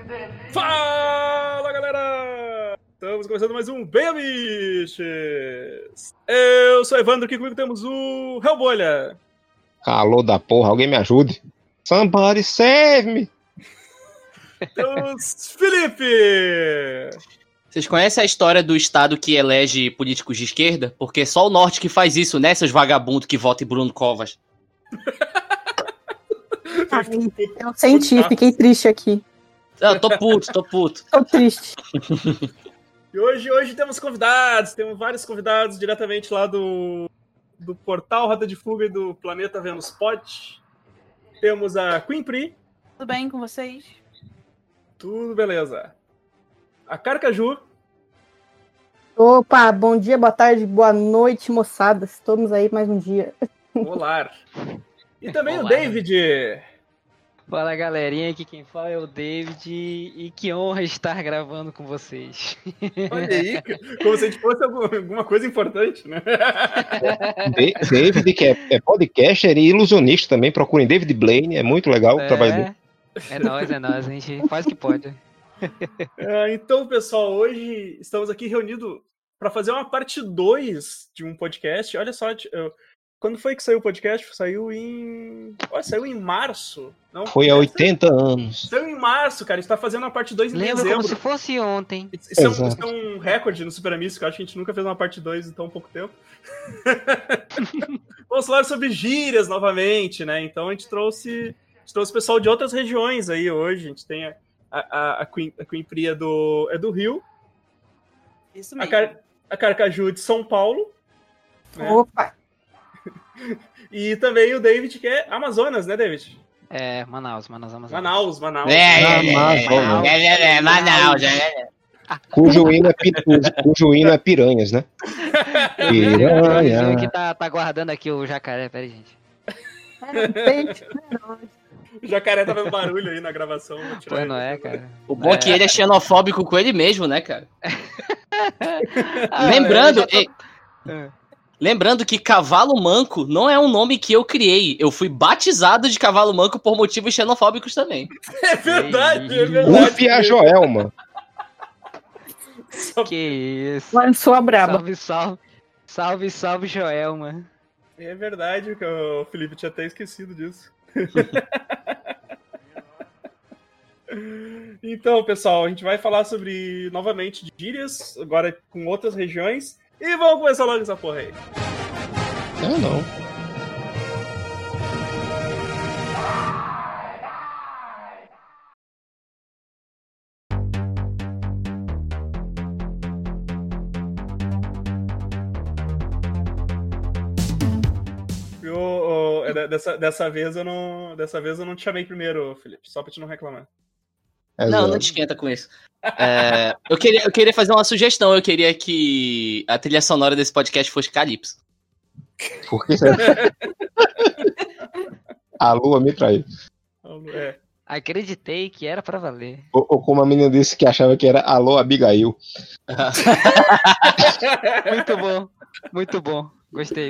Fala, galera! Estamos começando mais um Bem Amiches! Eu sou o Evandro, aqui comigo temos o Hellbolha. Calor da porra, alguém me ajude. Somebody save me! Temos Felipe! Vocês conhecem a história do estado que elege políticos de esquerda? Porque só o norte que faz isso, né, seus vagabundos que votam em Bruno Covas? Eu senti, fiquei triste aqui. Eu tô puto. Tô triste. E hoje temos convidados, temos vários convidados diretamente lá do portal Rota de Fuga e do Planeta Vênus Pod. Temos a Queen Pri. Tudo bem com vocês? Tudo beleza. A Carcaju. Opa, bom dia, boa tarde, boa noite, moçada. Estamos aí mais um dia. Olá. E também Olá. o David. Fala, galerinha, aqui quem fala é o David e que honra estar gravando com vocês. Olha aí, como se a gente fosse alguma coisa importante, né? David, que é podcaster e ilusionista também, procurem David Blaine, é muito legal o trabalho dele. É nóis, a gente faz o que pode. Então, pessoal, hoje estamos aqui reunidos para fazer uma parte 2 de um podcast. Olha só, quando foi que saiu o podcast? Saiu em março. Não? Foi há 80 anos. Saiu em março, cara. A gente tá fazendo uma parte 2 em Lembra dezembro. como se fosse ontem. Isso é um recorde no Super Amigo, que eu acho que a gente nunca fez uma parte 2 em tão pouco tempo. Vamos falar sobre gírias novamente, né? Então a gente trouxe pessoal de outras regiões aí hoje. A gente tem a Queen Pri é do Rio. Isso mesmo. A Carcaju de São Paulo. Né? Opa! E também o David, que é Amazonas, né, David? É, Manaus. Manaus. Manaus. Cujo hino é piranhas, né? Eu vi um Piranha. que tá guardando aqui o jacaré, pera aí, gente. O jacaré tá fazendo barulho aí na gravação. Vou tirar Pô, ele. não é, cara? O bom é que ele é xenofóbico com ele mesmo, né, cara? Lembrando que cavalo manco não é um nome que eu criei. Eu fui batizado de cavalo manco por motivos xenofóbicos também. É verdade. Ufe a Joelma. Que isso. Lançou a braba. Salve, Joelma. É verdade, que o Felipe tinha até esquecido disso. Então, pessoal, a gente vai falar novamente de gírias, agora com outras regiões. E vamos começar logo essa porra aí. Não. Dessa vez eu não te chamei primeiro, Felipe, só pra te não reclamar. Não te esquenta com isso. Eu queria fazer uma sugestão. Eu queria que a trilha sonora desse podcast fosse Calypso. Por que será? A lua me traiu. É. Acreditei que era pra valer. Ou como a menina disse que achava que era Alô Abigail. Muito bom. Gostei.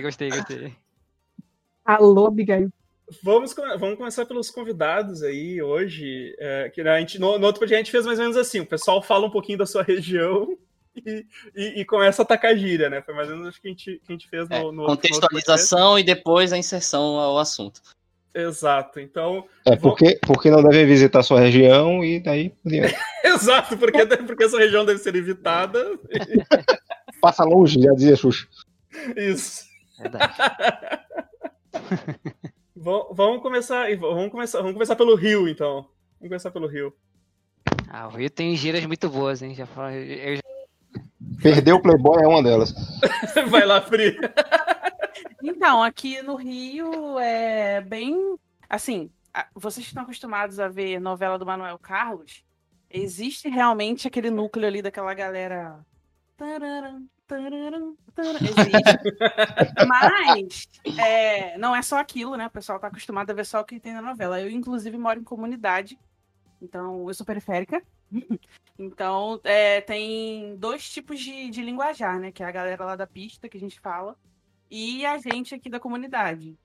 Alô, Abigail. Vamos começar pelos convidados aí hoje. Que a gente, no outro podcast a gente fez mais ou menos assim: o pessoal fala um pouquinho da sua região e começa a atacar gíria, né? Foi mais ou menos o que a gente fez no contextualização e depois a inserção ao assunto. Exato, então... Porque não devem visitar sua região e daí... Exato, porque essa região deve ser evitada. Passa longe, já dizia Xuxa. Isso. Verdade. Vamos começar pelo Rio, então. Vamos começar pelo Rio. O Rio tem gírias muito boas, hein? Perder o Playboy é uma delas. Vai lá, Pri. Então, aqui no Rio é bem... Assim, vocês estão acostumados a ver novela do Manuel Carlos? Existe realmente aquele núcleo ali daquela galera... Existe. Mas não é só aquilo, né? O pessoal tá acostumado a ver só o que tem na novela. Eu, inclusive, moro em comunidade. Então, eu sou periférica. Então, tem dois tipos de linguajar, né? Que é a galera lá da pista, que a gente fala, e a gente aqui da comunidade.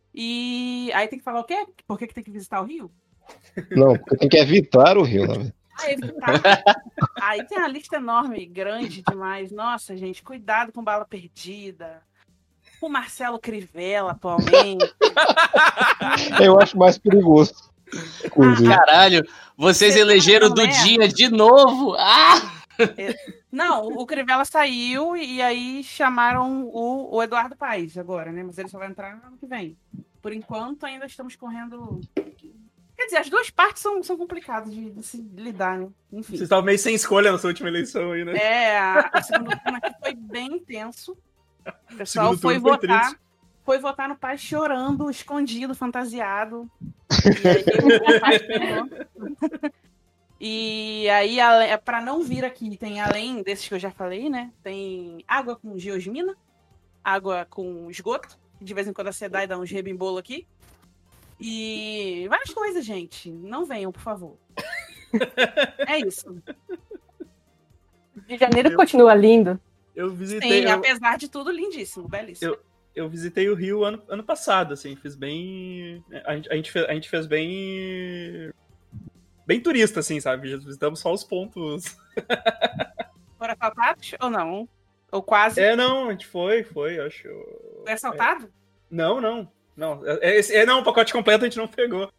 E aí tem que falar o quê? Por que tem que visitar o Rio? Não, porque tem que evitar o Rio, né? Aí tem uma lista enorme, grande demais. Nossa, gente, cuidado com bala perdida. O Marcelo Crivella, atualmente. Eu acho mais perigoso. Caralho, vocês elegeram do dia de novo. Não, o Crivella saiu e aí chamaram o Eduardo Paes agora, né? Mas ele só vai entrar no ano que vem. Por enquanto, ainda estamos correndo... Quer dizer, as duas partes são complicadas de se lidar, né? Enfim. Vocês estavam meio sem escolha nessa última eleição aí, né? A segunda turno aqui foi bem intenso. O pessoal foi votar no Paes chorando, escondido, fantasiado. E aí, para não vir aqui, tem além desses que eu já falei, né? Tem água com geosmina, água com esgoto, que de vez em quando a SEDAI dá uns rebimbolos aqui. E várias coisas, gente. Não venham, por favor. É isso. Rio de Janeiro continua lindo. Eu visitei. Sim, apesar de tudo, lindíssimo, belíssimo. Eu visitei o Rio ano passado, assim, fiz bem. A gente fez bem. Bem turista, assim, sabe? Visitamos só os pontos. Foram assaltados ou não? Ou quase? Não, a gente foi, acho. Foi assaltado? Não. Não, o pacote completo a gente não pegou.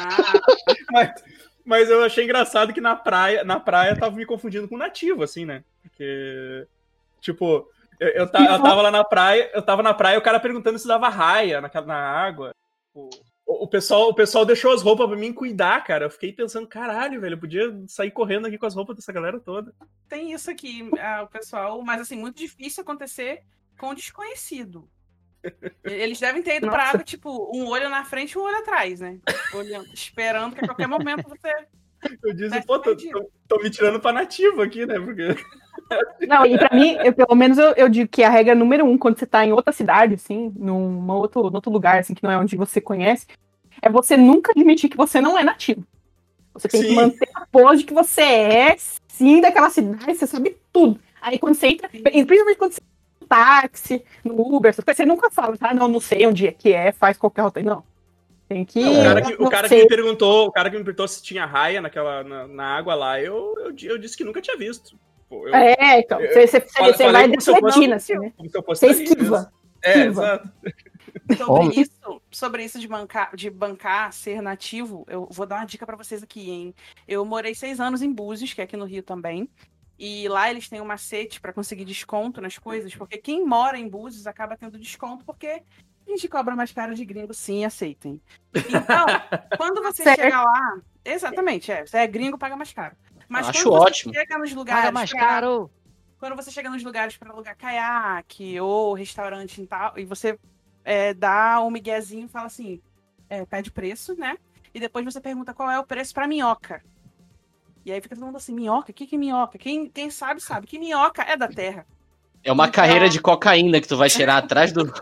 Mas eu achei engraçado que na praia tava me confundindo com nativo, assim, né? Porque, tipo, eu tava lá na praia, o cara perguntando se dava raia na água. O pessoal deixou as roupas pra mim cuidar, cara. Eu fiquei pensando, caralho, velho, eu podia sair correndo aqui com as roupas dessa galera toda. Tem isso aqui, o pessoal, mas assim, muito difícil acontecer com desconhecido. Eles devem ter ido pra água, tipo, um olho na frente e um olho atrás, né? Olhando, esperando que a qualquer momento você... Eu disse, pô, tô me tirando pra nativo aqui, né? Porque... Não, e pra mim, pelo menos eu digo que a regra número 1, quando você tá em outra cidade, assim, num outro lugar, assim, que não é onde você conhece, é você nunca admitir que você não é nativo. Você tem que manter a pose de que você é, sim, daquela cidade, você sabe tudo. Aí quando você entra, principalmente quando você táxi, no Uber, você nunca fala, não sei onde é que faz qualquer outra. Não. Tem que. O cara que me perguntou se tinha raia na água lá, eu disse que nunca tinha visto. Pô, então. Você vai defletindo, assim, né? Você esquiva. Exato. Sobre isso de bancar ser nativo, eu vou dar uma dica pra vocês aqui, hein? Eu morei 6 anos em Búzios, que é aqui no Rio também. E lá eles têm um macete para conseguir desconto nas coisas, porque quem mora em Búzios acaba tendo desconto, porque a gente cobra mais caro de gringo, sim, aceitem. Então, quando você chega lá... Exatamente, você é gringo, paga mais caro. Mas acho quando ótimo. Você chega nos lugares... Paga mais caro! Quando você chega nos lugares para alugar caiaque ou restaurante e tal, e você dá um miguezinho e fala assim, pede preço, né? E depois você pergunta qual é o preço para minhoca. E aí fica todo mundo assim, minhoca? O que é minhoca? Quem sabe que minhoca é da terra. É uma carreira de cocaína que tu vai cheirar atrás do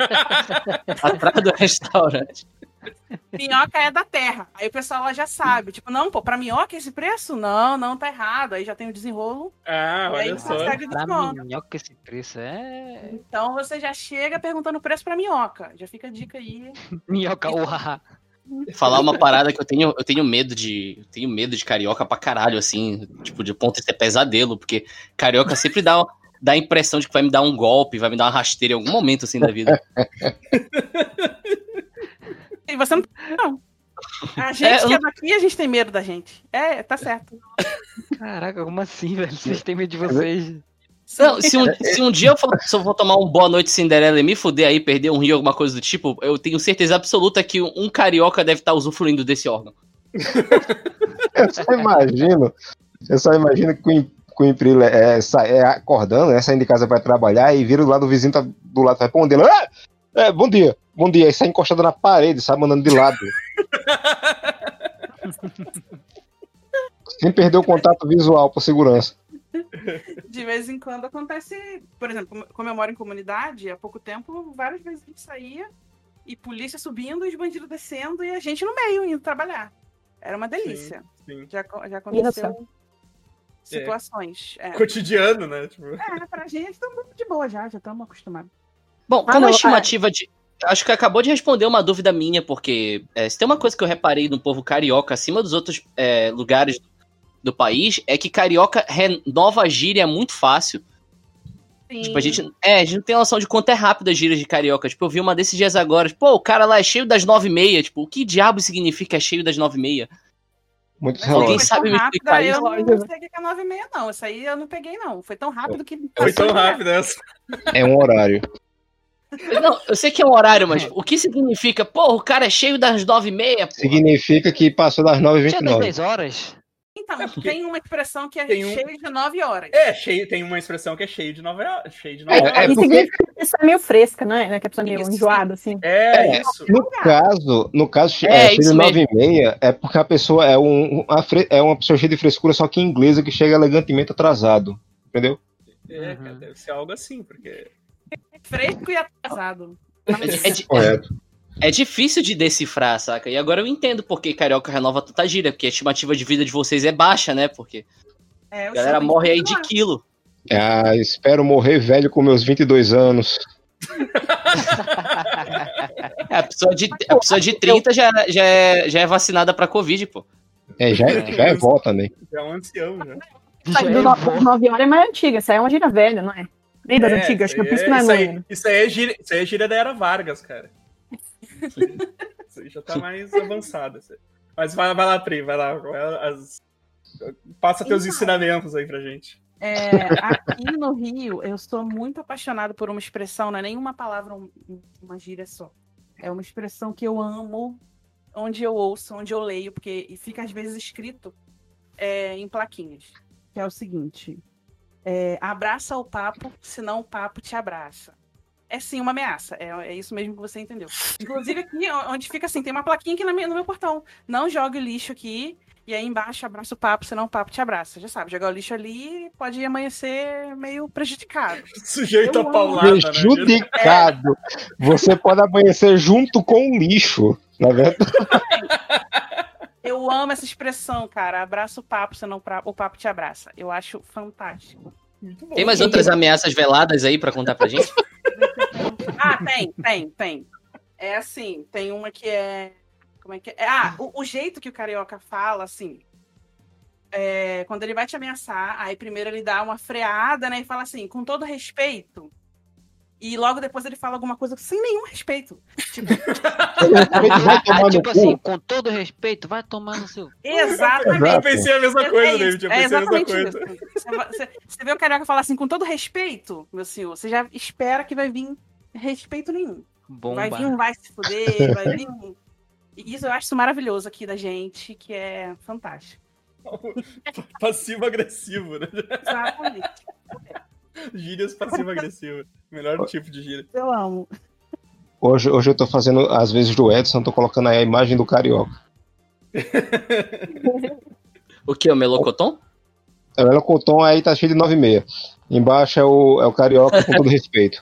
restaurante. Minhoca é da terra. Aí o pessoal lá já sabe. Tipo, não, pra minhoca esse preço? Não, tá errado. Aí já tem o desenrolo. Olha só. Pra minhoca esse preço Então você já chega perguntando o preço pra minhoca. Já fica a dica aí. Minhoca, uau. Falar uma parada que eu tenho medo de carioca pra caralho, assim, tipo, de ponto de ser pesadelo, porque carioca sempre dá a impressão de que vai me dar um golpe, vai me dar uma rasteira em algum momento, assim, da vida. E você não. A gente que é daqui, a gente tem medo da gente. Tá certo. Caraca, como assim, velho? Vocês têm medo de vocês? Não, se um dia eu vou tomar um Boa Noite Cinderela e me fuder aí, perder um rio, alguma coisa do tipo, eu tenho certeza absoluta que um carioca deve estar usufruindo desse órgão. Eu só imagino que o Imprila acordando, né, saindo de casa pra trabalhar e vira do lado do vizinho, tá do lado, respondendo, bom dia, aí sai encostado na parede, sabe, mandando de lado. Sem perder o contato visual por segurança. De vez em quando acontece, por exemplo, como eu moro em comunidade, há pouco tempo, várias vezes a gente saía e polícia subindo e os bandidos descendo e a gente no meio indo trabalhar. Era uma delícia. Sim. Já aconteceu situações. Cotidiano, né? Tipo... pra gente estamos de boa já estamos acostumados. Bom, como a estimativa de... Acho que acabou de responder uma dúvida minha, porque se tem uma coisa que eu reparei no povo carioca, acima dos outros lugares do país é que carioca renova a gíria muito fácil. Sim. Tipo, a gente não tem noção de quanto é rápido as gírias de carioca. Tipo, eu vi uma desses dias agora. Pô, o cara lá é cheio das 9h30. Tipo, o que diabo significa cheio das 9h30? Muitos Mas Alguém relógios. foi tão sabe me rápido, explicar eu isso? não sei o que é 9h30, não. Isso aí eu não peguei, não. Foi tão rápido que... Foi tão passou direto. rápido essa. É um horário. Não, eu sei que é um horário, mas o que significa? Pô, o cara é cheio das 9h30, pô. Significa que passou das Tinha das 9h29. 10 horas? Então, tem uma expressão que é Tem um- cheio de 9 horas. Tem uma expressão que é cheio de 9 horas. Cheio de É, 9 horas. E porque- significa que a pessoa é meio fresca, né? Que a pessoa é meio Isso. enjoada, assim. É, isso. No caso, É, cheio isso de mesmo. 9h30 é porque a pessoa é uma pessoa cheia de frescura, só que inglesa que chega elegantemente atrasado. Entendeu? É, cara, deve ser algo assim, porque. Fresco e atrasado. Correto. É difícil de decifrar, saca? E agora eu entendo porque carioca renova tanta gíria, porque a estimativa de vida de vocês é baixa, né? Porque É, a galera morre aí de quilo. Espero morrer velho com meus 22 anos. A pessoa de 30 já é vacinada pra Covid, pô. Já é vó também. É um ancião, né? Essa aí do 9 horas é mais antiga, essa aí é uma gíria velha, não é? Nem das antigas, acho que é por isso que não é novo. Isso aí é gíria da Era Vargas, cara. Isso aí já tá mais avançado. Mas vai lá, Pri, vai lá. Passa teus Então. ensinamentos aí pra gente. Aqui no Rio, eu sou muito apaixonado por uma expressão, não é nenhuma palavra, uma gíria só. É uma expressão que eu amo, onde eu ouço, onde eu leio, porque fica às vezes escrito em plaquinhas. Que é o seguinte: abraça o papo, senão o papo te abraça. É sim uma ameaça, é isso mesmo que você entendeu. Inclusive aqui, onde fica assim, tem uma plaquinha aqui no meu portão. Não jogue lixo aqui. E aí embaixo, abraça o papo, senão o papo te abraça. Já sabe, jogar o lixo ali pode amanhecer meio prejudicado. Sujeito Eu a paulada, né? Prejudicado. Você pode amanhecer junto com o lixo, na verdade. Eu amo essa expressão, cara. Abraça o papo, senão o papo te abraça. Eu acho fantástico. Muito bom. Tem mais outras ameaças veladas aí pra contar pra gente? Tem. É assim, tem uma que é... Como é que é? O jeito que o carioca fala, assim... quando ele vai te ameaçar, aí primeiro ele dá uma freada, né? E fala assim, com todo respeito... E logo depois ele fala alguma coisa sem nenhum respeito. Tipo, Vai tomar no tipo cu. assim, com todo respeito, vai tomar no seu. exatamente. Eu pensei a mesma coisa, isso, David. Eu pensei a mesma coisa. Isso. Você vê o carioca falar assim, com todo respeito, meu senhor, você já espera que vai vir respeito nenhum. Bomba. Vai vir vai se fuder, vai vir E isso eu acho maravilhoso aqui da gente, que é fantástico. Passivo-agressivo, né? Exatamente. Gírias passivo-agressivas. Melhor tipo de gíria. Eu amo. Hoje eu tô fazendo, às vezes, do Edson, tô colocando aí a imagem do carioca. O que? O melocotom? O melocotão aí tá cheio de 9h30. Embaixo é o carioca, com todo respeito.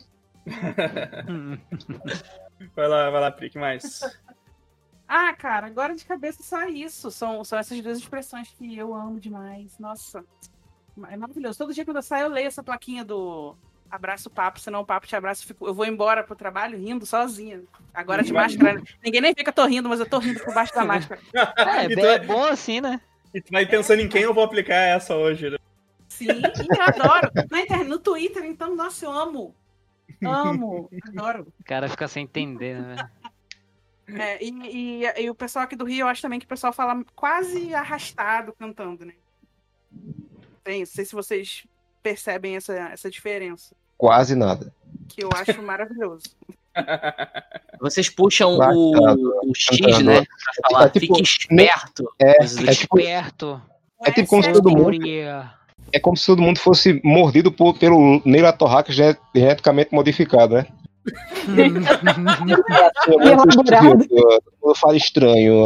Vai lá, Pri, que mais? Cara, agora de cabeça só isso. São essas duas expressões que eu amo demais. Nossa, é maravilhoso. Todo dia quando eu saio, eu leio essa plaquinha do abraça o papo, senão o papo te abraça. Eu vou embora pro trabalho rindo sozinha. Agora de máscara. Ninguém nem vê que eu tô rindo, mas eu tô rindo por baixo da máscara. É bom assim, né? E tu vai pensando em quem eu vou aplicar essa hoje, né? Sim, e eu adoro. Na internet, no Twitter, então, nossa, eu amo. Amo, adoro. O cara fica sem entender, né? E o pessoal aqui do Rio, eu acho também que o pessoal fala quase arrastado cantando, né? Não sei se vocês percebem essa diferença. Quase nada. Que eu acho maravilhoso. Vocês puxam o X, cantando. né? Pra falar, tipo, fique esperto. é coisas do tipo. Perto. É tipo como se todo mundo. É como se todo mundo fosse mordido pelo Neila Torraca geneticamente modificado, né? Elaborado. Eu falo estranho.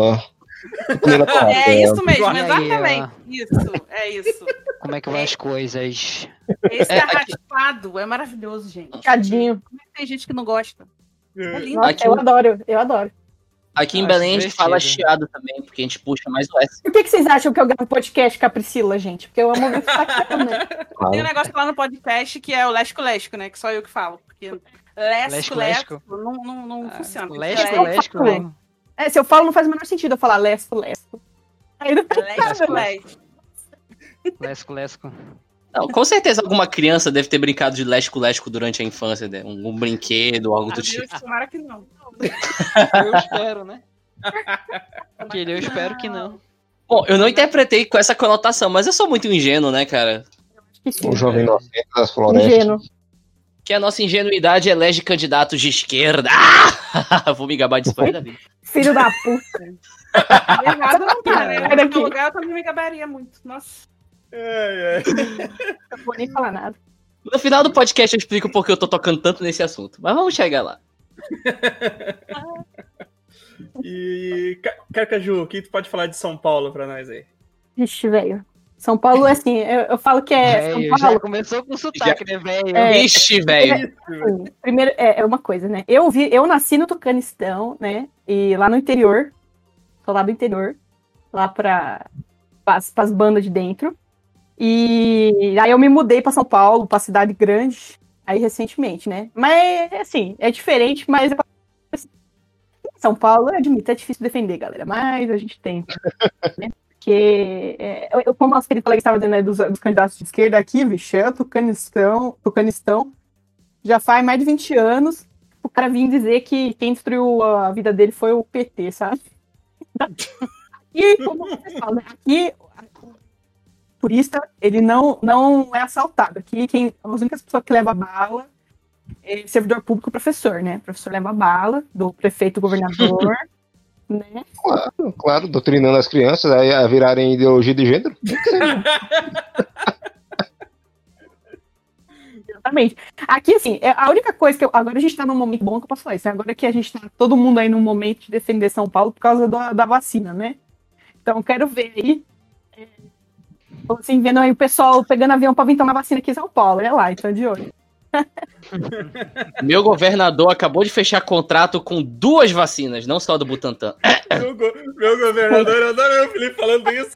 É isso mesmo, Olha aí, exatamente. É isso. Como é que vai as coisas? Esse arrastado é maravilhoso, gente. Tadinho. Como é que tem gente que não gosta? É lindo. Nossa, Aqui- eu adoro. Aqui em Acho Belém a gente fala divertido. chiado também, porque a gente puxa mais o S. Por que vocês acham que eu gravo podcast com a Priscila, gente? Porque eu amo ouvir sotaque, né? Tem um negócio lá no podcast que é o lesco-lesco, né? Que só eu que falo. Porque lesco-lesco não funciona. Lesco, né? Se eu falo, não faz o menor sentido eu falar lesco. Aí não faz nada. Lesco-lesco. Lesco. Não, com certeza alguma criança deve ter brincado de lesco-lesco durante a infância, né? Um brinquedo, algo do tipo. Tomara que não. Eu espero, né? Eu espero que não. Bom, eu não interpretei com essa conotação, mas eu sou muito ingênuo, né, cara? Que sim. O jovem inocente das florestas. Ingênuo. Que a nossa ingenuidade elege candidatos de esquerda. Vou me gabar disso por da vida. Filho da puta. Errado não tá, né? Sai No daqui. meu lugar eu também me gabaria muito. Nossa. Não vou nem falar nada. No final do podcast eu explico por que eu tô tocando tanto nesse assunto. Mas vamos chegar lá. E, Carcaju, o que tu pode falar de São Paulo pra nós aí? Vixe, velho. São Paulo, assim, eu falo que é Velho, São já Paulo. começou com sotaque, né, velho? É. Ixi, velho. Assim, primeiro, é uma coisa, né? Eu nasci no Tucanistão, né? E lá no interior. Tô lá do interior. Lá pras bandas de dentro. E aí eu me mudei pra São Paulo, pra cidade grande, aí recentemente, né? Mas, assim, é diferente, mas São Paulo, eu admito, é difícil defender, galera, mas a gente tenta, né? Porque, como nosso querido colega estava dizendo, né, dos candidatos de esquerda aqui, vixe, é o Tucanistão, já faz mais de 20 anos, o cara vir dizer que quem destruiu a vida dele foi o PT, sabe? E, como vocês falam, né, aqui, o turista, ele não é assaltado. Aqui, as únicas pessoas que levam bala é servidor público e professor, né? O professor leva bala do prefeito, governador, né? Claro, doutrinando as crianças a virarem ideologia de gênero. Exatamente. Aqui, assim, a única coisa que agora a gente tá num momento bom que eu posso falar isso, né? Agora que a gente tá todo mundo aí num momento de defender São Paulo por causa da vacina, né? Então, eu quero ver aí, assim, vendo aí o pessoal pegando avião pra vir tomar vacina aqui em São Paulo, olha lá, então de olho. Meu governador acabou de fechar contrato com 2 vacinas, não só do Butantan. Meu governador, eu adoro o Felipe falando isso.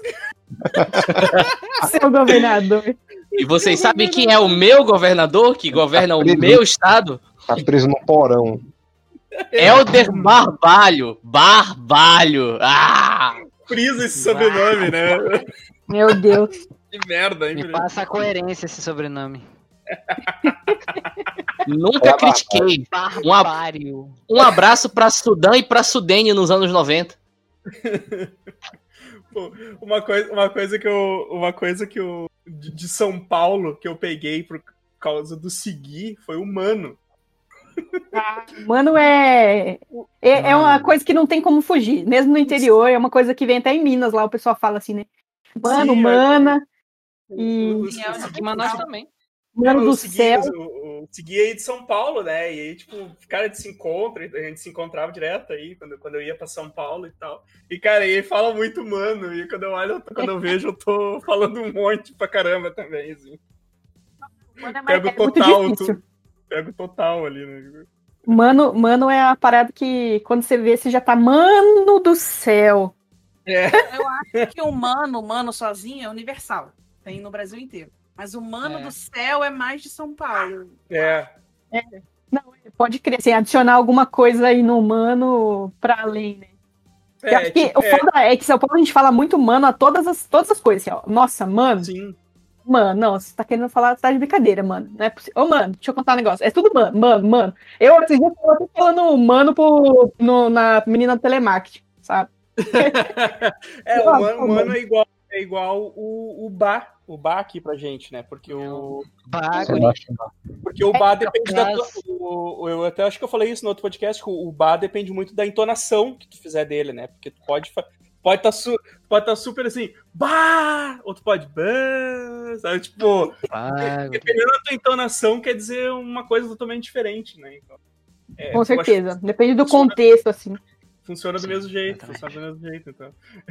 Seu governador. E vocês sabem quem é o meu governador, que governa o meu estado? Tá preso no porão. Helder Barbalho. Barbalho. Ah! Frisa esse sobrenome, né? Meu Deus. Que merda, hein? Me passa a coerência esse sobrenome. Nunca critiquei. Barbário. Um abraço pra Sudã e pra Sudene nos anos 90. Pô, uma coisa que eu de São Paulo que eu peguei por causa do Segui foi o Mano. Mano, é uma coisa que não tem como fugir. Mesmo no interior, é uma coisa que vem até em Minas, lá o pessoal fala assim, né? Mano, Sim, mana. E Aqui em Manaus também. mano do Segui, céu. o Segui aí de São Paulo, né? E aí, tipo, cara, a gente se encontrava direto aí, quando eu ia pra São Paulo e tal. E, cara, ele fala muito mano, e quando eu vejo, eu tô falando um monte pra caramba também, assim. Mano, Pego muito total, difícil. pego total ali, né? Mano é a parada que quando você vê, você já tá, mano do céu. Eu acho que o mano sozinho é universal. Tem no Brasil inteiro. Mas o mano do céu é mais de São Paulo. Não, pode crer, assim, adicionar alguma coisa aí no mano pra além, né? Eu acho que o foda é que São Paulo a gente fala muito mano a todas as coisas, assim, ó. Nossa, mano. Sim. Mano, não, você tá querendo falar, tá de brincadeira, mano. Não é possível. Ô, mano, deixa eu contar um negócio. É tudo mano. Eu, esses dias, eu tô falando mano na menina do telemarketing, sabe? O mano é igual o bar. O bar aqui pra gente, né? Porque o bar depende da eu até acho que eu falei isso no outro podcast, que o bar depende muito da entonação que tu fizer dele, né? Porque tu pode tá super assim, bah! Ou tu pode, bah! Sabe? Tipo, dependendo da tua entonação, quer dizer uma coisa totalmente diferente, né? Então, com certeza. Depende do contexto, assim. Funciona do mesmo jeito, então.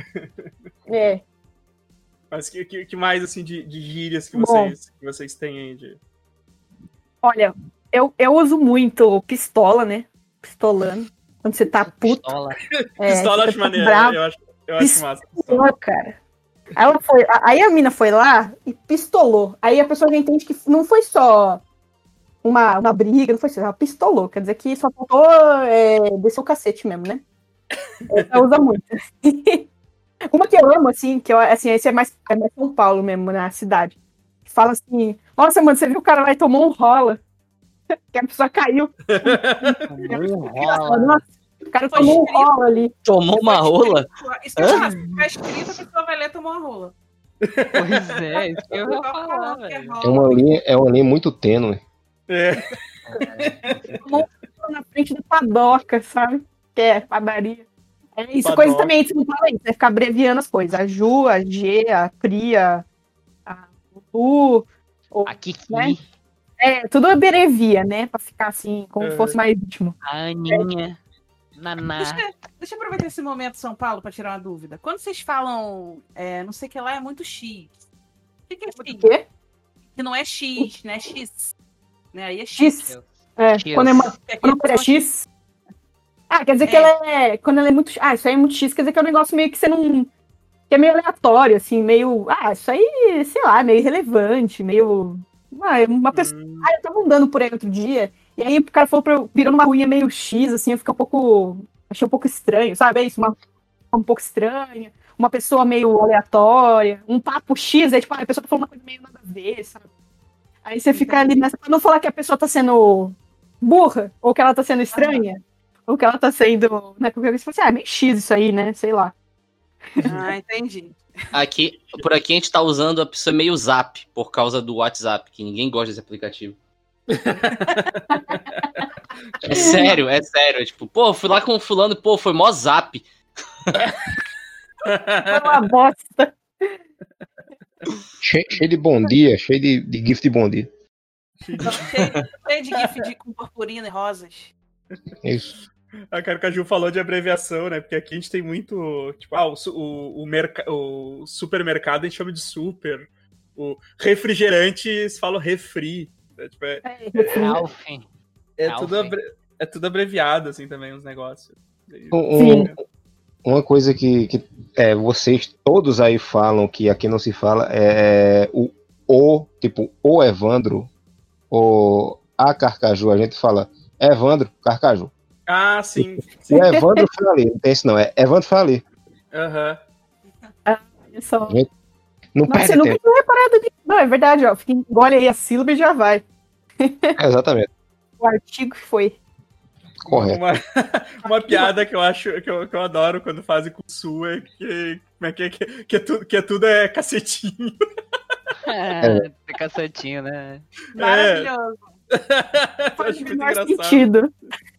Mas que mais, assim, de gírias que vocês têm aí? Olha, eu uso muito pistola, né? Pistolando. Quando você tá puto. Pistola eu acho maneiro, eu acho massa. Pistola, cara. Aí a mina foi lá e pistolou. Aí a pessoa já entende que não foi só uma briga, não foi só, ela pistolou. Quer dizer que só faltou descer o cacete mesmo, né? Ela usa muito. Uma que eu amo, assim, assim, esse é mais São Paulo mesmo, na cidade. Fala assim, nossa, mano, você viu o cara lá e tomou um rola? Que a pessoa caiu. Nossa, o cara tomou um rola ali. Tomou uma rola? Isso que eu faço, se ficar escrito, a pessoa vai ler tomou uma rola. Pois é, isso que eu ia falar, velho. É uma linha muito tênue. Tomou um rola na frente da padoca, sabe? Que é padaria. É isso, Padoca. coisa também, você não fala isso, vai ficar abreviando as coisas. A Ju, a G, a Pri, a Lu, A Kiki, né? Tudo abrevia, né? Pra ficar assim, como se fosse mais íntimo. a Aninha, Naná. Deixa eu aproveitar esse momento, São Paulo, para tirar uma dúvida. Quando vocês falam, não sei o que lá, é muito X. O que é X? O quê? Que não é X, né? X. Né? Aí é X. X. X. Quando é X. Quer dizer que ela é. Quando ela é muito. Isso aí é muito X, quer dizer que é um negócio meio que você não. Que é meio aleatório, assim, meio. Isso aí, sei lá, meio irrelevante, meio. Uma pessoa. Eu tava andando por aí outro dia, e aí o cara falou virou numa ruinha meio X, assim, eu fiquei um pouco. Achei um pouco estranho, sabe? É isso, um pouco estranha, uma pessoa meio aleatória, um papo X, aí tipo, a pessoa tá falando uma coisa meio nada a ver, sabe? Aí você fica ali nessa. Pra não falar que a pessoa tá sendo burra, ou que ela tá sendo estranha, ou que ela tá sendo. Né, qualquer coisa, você fala assim, é meio X isso aí, né? Sei lá. Entendi. Por aqui a gente tá usando a pessoa meio Zap, por causa do WhatsApp, que ninguém gosta desse aplicativo. É sério. É tipo, fui lá com o fulano, foi mó Zap. Foi uma bosta. Cheio de bom dia, cheio de gif de bom dia. Cheio de gif com purpurina e rosas. Isso. A Carcaju falou de abreviação, né? Porque aqui a gente tem muito. Tipo, o supermercado a gente chama de super. O refrigerante eles falam refri. Né? Tipo, Alfen. É tudo abreviado, assim, também, os negócios. Uma coisa que vocês todos aí falam que aqui não se fala é tipo, o Evandro, ou a Carcaju, a gente fala Evandro, Carcaju. Sim. O Evandro Fali, não tem isso não, é Evandro Fali. Aham. Só. Não Nossa, perde eu nunca tempo. tinha reparado nisso. Não, é verdade, ó. Engole aí a sílaba e já vai. Exatamente, O artigo foi. correto. Uma piada que eu acho que eu adoro quando fazem com o Sul é que tudo é cacetinho. Tem cacetinho, né? Maravilhoso. Faz o Acho muito menor engraçado. sentido.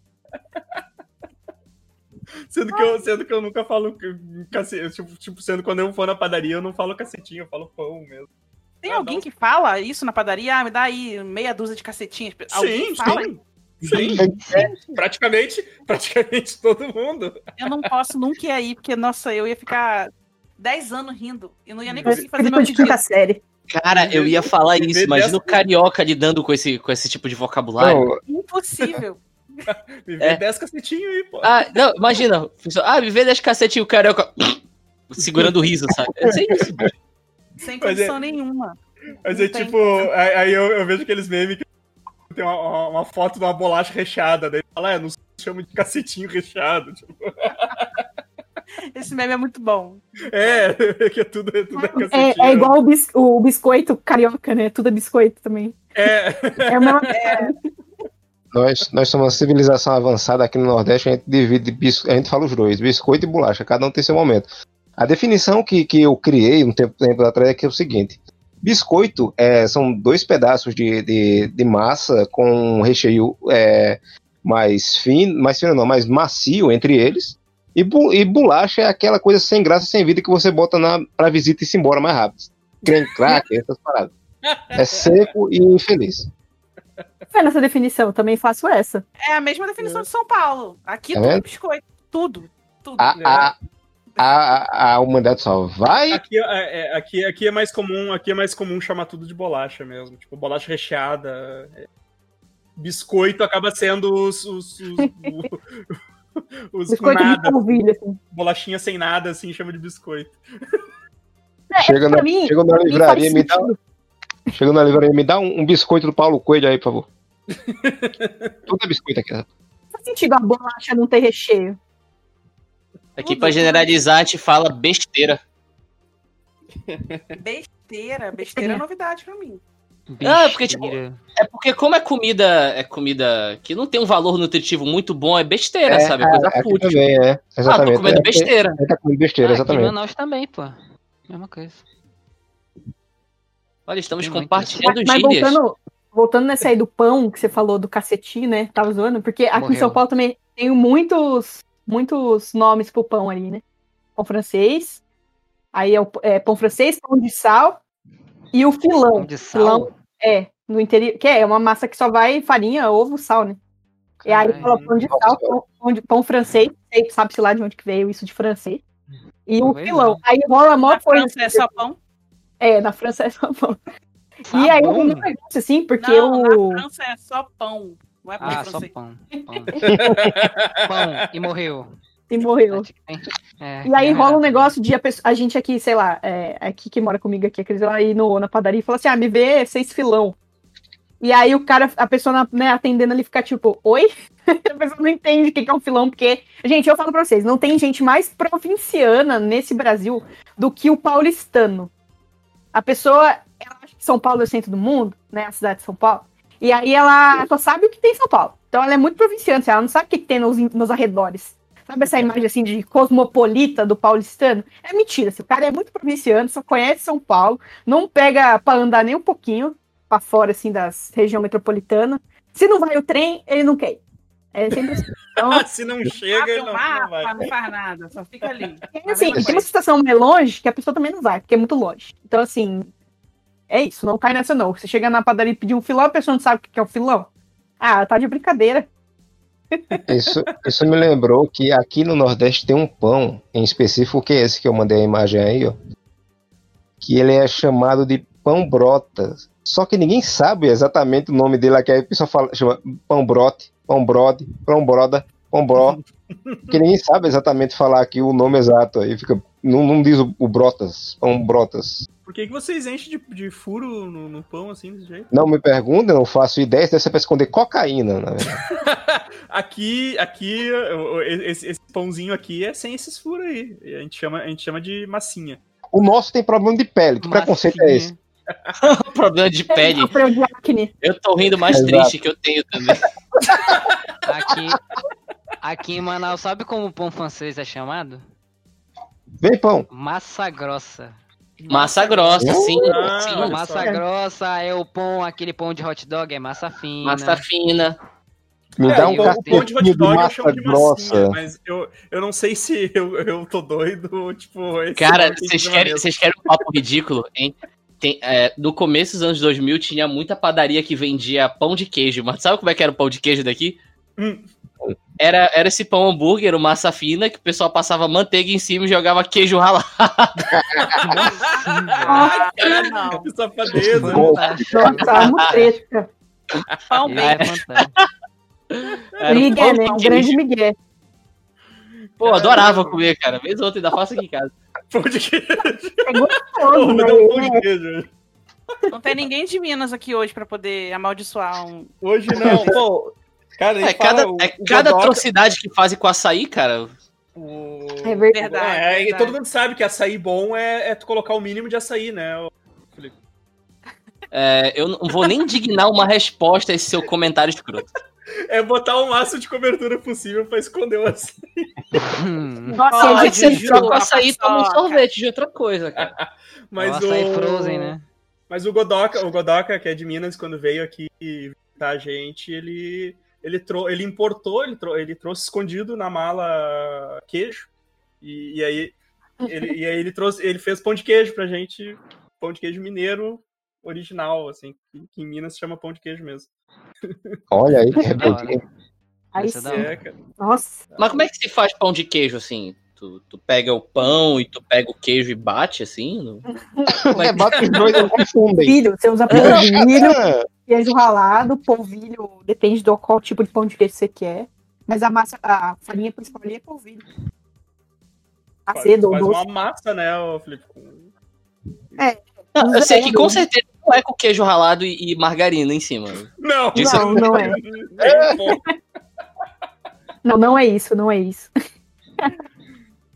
Sendo que eu nunca falo cacete. Tipo, sendo quando eu for na padaria, eu não falo cacetinho, eu falo pão mesmo. Tem alguém que fala isso na padaria? Me dá aí meia dúzia de cacetinhas. Alguém fala? Sim. Praticamente todo mundo. Eu não posso nunca ir aí, porque, nossa, eu ia ficar 10 anos rindo. Eu não ia nem conseguir fazer meu Depois de quinta pedido. série. Cara, eu ia falar isso. Imagina o carioca lidando com esse tipo de vocabulário. Não, Impossível. Viver 10 cacetinhos aí, pô. Não, imagina. Viver 10 cacetinhos, o carioca segurando o riso, sabe? É isso. Sem condição nenhuma. Mas Não é tem tipo, aí eu vejo aqueles memes que tem uma foto de uma bolacha recheada, daí fala, não se chama de cacetinho recheado. Tipo. Esse meme é muito bom. Que tudo é cacetinho. É igual o biscoito carioca, né? Tudo é biscoito também. É uma. nós somos uma civilização avançada aqui no Nordeste, a gente divide, a gente fala os dois, biscoito e bolacha, cada um tem seu momento. A definição que eu criei um tempo atrás é que é o seguinte: biscoito são 2 pedaços de massa com um recheio mais mais macio entre eles, e bolacha é aquela coisa sem graça, sem vida que você bota pra visita e se embora mais rápido. Creme cracker, essas paradas. É seco e infeliz. Foi nessa definição, eu também faço essa. É a mesma definição de São Paulo. Aqui Tá tudo é vendo? biscoito. Tudo. A humanidade só vai. Aqui é mais comum chamar tudo de bolacha mesmo. Tipo, bolacha recheada. Biscoito acaba sendo os Biscoito nada. de polvilho, assim. Bolachinha sem nada, assim, chama de biscoito. Chega na livraria e me dá. sentido. Chega na livraria, me dá um biscoito do Paulo Coelho aí, por favor. Tudo é biscoito aqui. Faz sentido a bolacha não ter recheio. Aqui pra generalizar, a gente fala besteira. Besteira é novidade pra mim. Ah, porque, tipo, é porque como é comida que não tem um valor nutritivo muito bom, é besteira, sabe? É coisa aqui fútil. também, Ah, tô exatamente. comendo besteira. Tá comendo besteira, Aqui em exatamente. Manaus também, pô. Mesma coisa. Olha, estamos Tem muito compartilhando Mas gírias. voltando nessa aí do pão, que você falou do cacetinho, né? Tava zoando, porque aqui em Morreu. São Paulo também tem muitos nomes pro pão ali, né? Pão francês, aí é pão francês, pão de sal e o filão. Pão de sal? Filão no interior, que é uma massa que só vai farinha, ovo, sal, né? E aí Caralho. fala pão de sal, pão francês, sabe-se lá de onde que veio isso de francês. E o Pois filão. é. Aí rola a maior Na coisa. França é só pão? Na França é só pão. Tá E aí bom. rola um negócio assim, porque Não, na França é só pão. Não é pão Ah, só francês. pão. Pão. E morreu. E morreu. E aí rola um negócio de a gente aqui, sei lá, aqui que mora comigo aqui, aqueles lá aí na padaria, e fala assim, me vê 6 filão. E aí a pessoa, né, atendendo ali fica tipo, oi? A pessoa não entende o que é um filão, porque, gente, eu falo pra vocês, não tem gente mais provinciana nesse Brasil do que o paulistano. A pessoa, ela acha que São Paulo é o centro do mundo, né, a cidade de São Paulo, e aí ela só sabe o que tem em São Paulo. Então ela é muito provinciana, assim, ela não sabe o que tem nos arredores. Sabe essa imagem, assim, de cosmopolita do paulistano? É mentira, assim, o cara é muito provinciano, só conhece São Paulo, não pega pra andar nem um pouquinho pra fora, assim, das região metropolitana. Se não vai o trem, ele não quer ir. É sempre assim. Então, Se não chega, Abre ele o não mapa, vai. não faz nada, só fica ali. assim, tem uma situação mais longe que a pessoa também não vai, porque é muito longe. Então, assim, é isso, não cai nessa não. Você chega na padaria e pedir um filão, a pessoa não sabe o que é um filão. Ah, tá de brincadeira. Isso me lembrou que aqui no Nordeste tem um pão, em específico, que é esse que eu mandei a imagem aí, ó. Que ele é chamado de pão brota. Só que ninguém sabe exatamente o nome dele aqui. Aí a pessoa chama pão brote, pão brode, pão broda, pão bró. Porque ninguém sabe exatamente falar aqui o nome exato. Aí fica. Não diz o brotas, pão brotas. Por que vocês enchem de furo no pão assim, desse jeito? Não me perguntem, não faço ideia. Deve ser pra esconder cocaína, na verdade. Aqui, esse pãozinho aqui é sem esses furos aí. A gente chama de massinha. O nosso tem problema de pele. Que preconceito é esse? Problema de pele. Sofreu de acne. Eu tô rindo mais Exato. triste que eu tenho também. Aqui em Manaus, sabe como o pão francês é chamado? Vem, pão. Massa grossa. Massa grossa, sim. Ah, sim. olha Massa só. grossa é o pão, aquele pão de hot dog, é massa fina. Massa fina. Me dá um o pão de hot cacetinho de dog eu massa chamo de grossa. massinha, mas eu não sei se eu tô doido, tipo... esse Cara, nome tem que vocês ser querem, mesmo. vocês querem um papo ridículo, hein? No começo dos anos 2000 tinha muita padaria que vendia pão de queijo, mas sabe como é que era o pão de queijo daqui? Era esse pão hambúrguer, o massa fina, que o pessoal passava manteiga em cima e jogava queijo ralado. Não. Que safadeza. Nossa, muito fresca. Pão É bem. fantástico. Era um Miguel, pão né? de Um queijo. grande Miguel. Pô, adorava comer, cara. Vez ou outra ainda faço aqui em casa. Pão de queijo. É Pô, gostoso, me né? dá um pão de queijo. Não tem ninguém de Minas aqui hoje pra poder amaldiçoar um. Hoje não, pô. Cara, ele Cada Godoka, atrocidade que fazem com açaí, cara. É verdade. Verdade. E todo mundo sabe que açaí bom é tu colocar o mínimo de açaí, né? Eu não vou nem dignar uma resposta a esse seu comentário escroto. É botar o máximo de cobertura possível pra esconder o açaí. Nossa, Pode, a gente Ju. Joga o açaí toma um paçoca. sorvete de outra coisa, cara. Mas o açaí frozen, né? Mas o Godoka, que é de Minas, quando veio aqui visitar a gente, ele trouxe escondido na mala queijo. E aí ele fez pão de queijo pra gente, pão de queijo mineiro original, assim, que em Minas se chama pão de queijo mesmo. Olha aí, que Da hora. rebeldia. Aí Essa é sim. da hora. Cara. Nossa. Mas como é que se faz pão de queijo, assim? Tu pega o pão e tu pega o queijo e bate, assim? Bate os dois, não confundem. Polvilho, você usa polvilho, queijo ralado, polvilho, depende do qual tipo de pão de queijo você quer. Mas a farinha principal ali é polvilho. Azedo ou Faz doce. uma massa, né, Felipe? Não, eu sei que com certeza não é com queijo ralado e margarina em cima. Não, Isso não é. Pô. Não é isso, não é isso.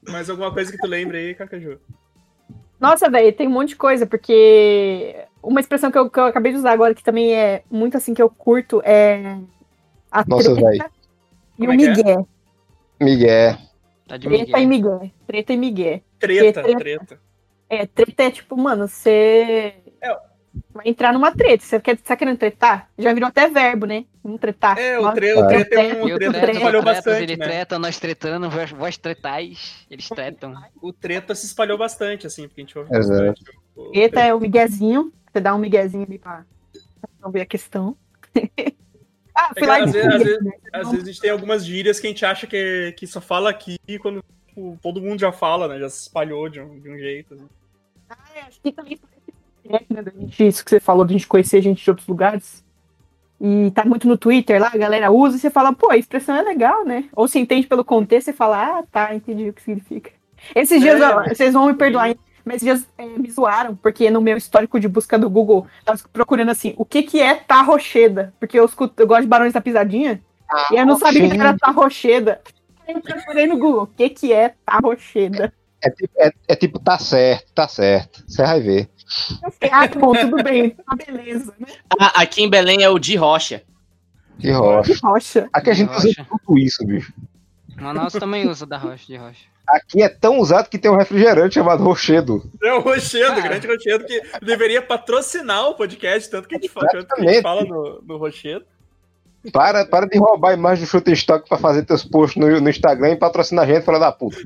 Mais alguma coisa que tu lembre aí, Cacaju? Nossa, velho, tem um monte de coisa, porque uma expressão que eu acabei de usar agora, que também é muito assim que eu curto, é a Nossa, treta velho. e Como o é que é? migué. Miguel. Tá de Treta e Miguel. migué. Treta e migué. Treta. Treta é tipo, mano, você É. vai entrar numa treta. Você tá querendo tretar? Já virou até verbo, né? Vamos tretar. É, o Nossa, treta é um Eu treta treto, que espalhou tu tretas, bastante, ele né? treta, nós tretando, vós tretais, eles tretam. O treta se espalhou bastante, assim, porque a gente ouve Exato. bastante. o Treta é o miguezinho. Você dá um miguezinho ali pra resolver a questão. É fui que, lá e às disse vezes- migué, né? Às vezes a gente tem algumas gírias que a gente acha que só fala aqui quando tipo, todo mundo já fala, né? Já se espalhou de um jeito. Assim. Acho que também né, da gente, isso que você falou, de a gente conhecer gente de outros lugares. E tá muito no Twitter lá, a galera usa e você fala, pô, a expressão é legal, né? Ou se entende pelo contexto, você fala, tá, entendi o que significa. Esses dias, ó, vocês vão me perdoar, hein? Mas esses dias me zoaram, porque no meu histórico de busca do Google, tava procurando assim, o que é Tarrocheda? Porque eu gosto de Barões da Pisadinha, e eu não sabia que era Tarrocheda. Aí eu procurei no Google, o que é Tarrocheda? É tipo, tá certo. Você vai ver. Eu fiquei, que bom, tudo bem, tá beleza, né? Aqui em Belém é o de rocha. Que rocha. Que rocha. Aqui a gente usa Rocha. tudo isso, bicho. Manaus também usa da rocha, de rocha. Aqui é tão usado que tem um refrigerante chamado Rochedo. É o Rochedo, Ah. o grande Rochedo, que deveria patrocinar o podcast, tanto que a gente Exatamente. fala no Rochedo. Para de roubar a imagem do Shutterstock pra fazer teus posts no Instagram e patrocinar a gente, filha da puta.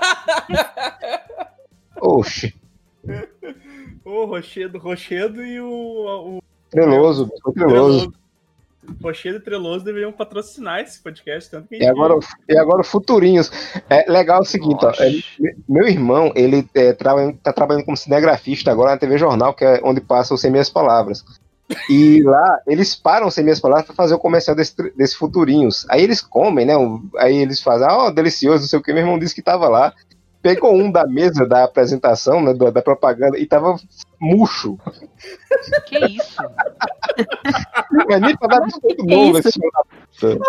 Oxi. O Rochedo e o Treloso. Rochedo e Treloso deveriam patrocinar esse podcast, tanto que a E agora o Futurinhos. É legal o seguinte, ó. Meu irmão, ele tá trabalhando como cinegrafista agora na TV Jornal, que é onde passa o Sem Minhas Palavras. E lá, eles param Sem Minhas Palavras pra fazer o comercial desse Futurinhos. Aí eles comem, né? Aí eles fazem, delicioso, não sei o que. Meu irmão disse que tava lá. Pegou um da mesa da apresentação, né, da propaganda, e tava murcho. Que isso? Mas nem pra dar biscoito novo esse filho da puta.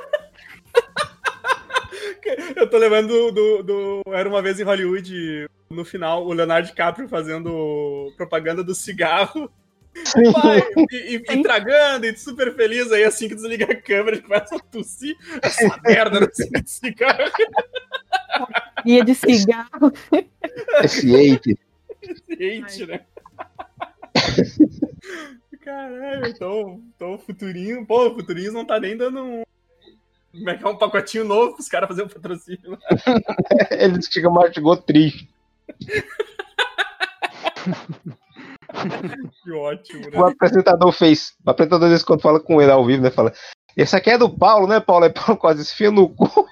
Eu tô lembrando do Era Uma Vez em Hollywood, no final, o Leonardo DiCaprio fazendo propaganda do cigarro. Sim. Pai, e tragando, e super feliz, aí assim que desliga a câmera, ele começa a tossir essa merda no cigarro. Guia de cigarro. Esse hate. Gente, né? Caralho, então o Futurinho... Pô, o Futurinho não tá nem dando Como é que é um pacotinho novo pros caras fazerem um patrocínio. Ele disse que mastigou triste. Que ótimo, né? O apresentador desse quando fala com ele ao vivo, né? Fala, esse aqui é do Paulo, né, Paulo? Aí Paulo quase esfia no cu.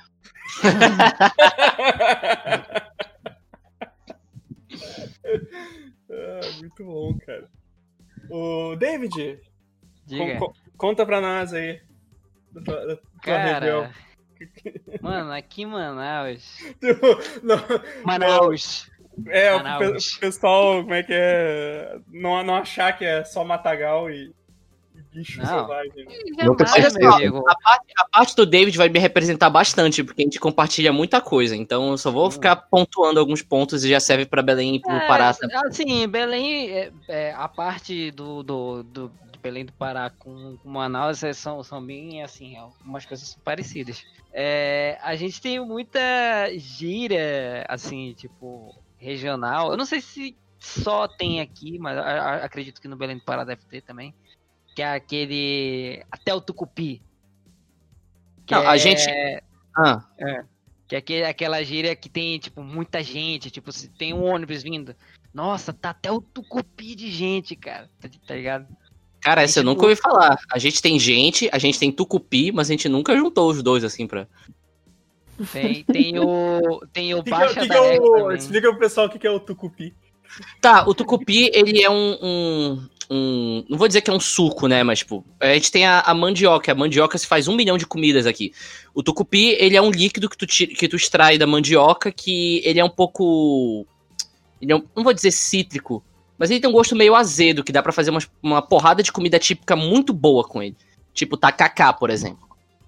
Muito bom, cara. O David, Diga. conta pra nós aí. Da tua região. Cara, mano, aqui em Manaus. Tipo, Manaus. o Manaus. pessoal, como é que é? Não achar que é só matagal e bicho Não. selvagem. Não tem Jamais, certeza. meu amigo. A parte do David vai me representar bastante, porque a gente compartilha muita coisa. Então eu só vou ficar pontuando alguns pontos e já serve pra Belém e pro Pará. Assim, Belém, a parte de Belém do Pará com Manaus são bem, assim, algumas coisas são parecidas. A gente tem muita gíria, assim, tipo, regional. Eu não sei se só tem aqui, mas acredito que no Belém do Pará deve ter também. Que é aquele... Até o Tucupi. Não, a gente... Que é aquela gíria que tem, tipo, muita gente. Tipo, se tem um ônibus vindo. Nossa, tá até o Tucupi de gente, cara. Tá ligado? Cara, essa eu nunca ouvi falar. A gente tem gente, a gente tem Tucupi, mas a gente nunca juntou os dois, assim, pra... Tem o Baixa da Égua também. Explica pro pessoal o que é o Tucupi. Tá, o Tucupi, ele é não vou dizer que é um suco, né, mas, tipo, a gente tem a mandioca. A mandioca se faz 1 milhão de comidas aqui. O Tucupi, ele é um líquido que tu extrai da mandioca, que ele é um pouco... não vou dizer cítrico, mas ele tem um gosto meio azedo, que dá pra fazer uma porrada de comida típica muito boa com ele. Tipo tacacá, por exemplo.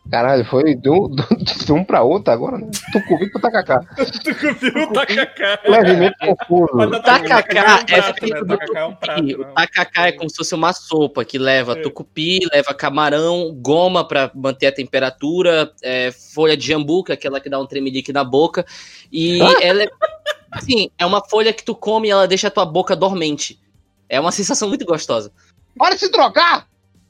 Caralho, foi de um pra outro agora, né? Tucupi pro tacacá. Tucupi o tacacá. Levemente confuso. Mas O tacacá é prato, né? feito do Tacacá é um prato, tucupi. O não. tacacá é como se fosse uma sopa que leva É. tucupi, leva camarão, goma pra manter a temperatura, folha de jambu, que é aquela que dá um tremelique na boca. E ela é. Sim, é uma folha que tu come e ela deixa a tua boca dormente. É uma sensação muito gostosa. Para de se trocar!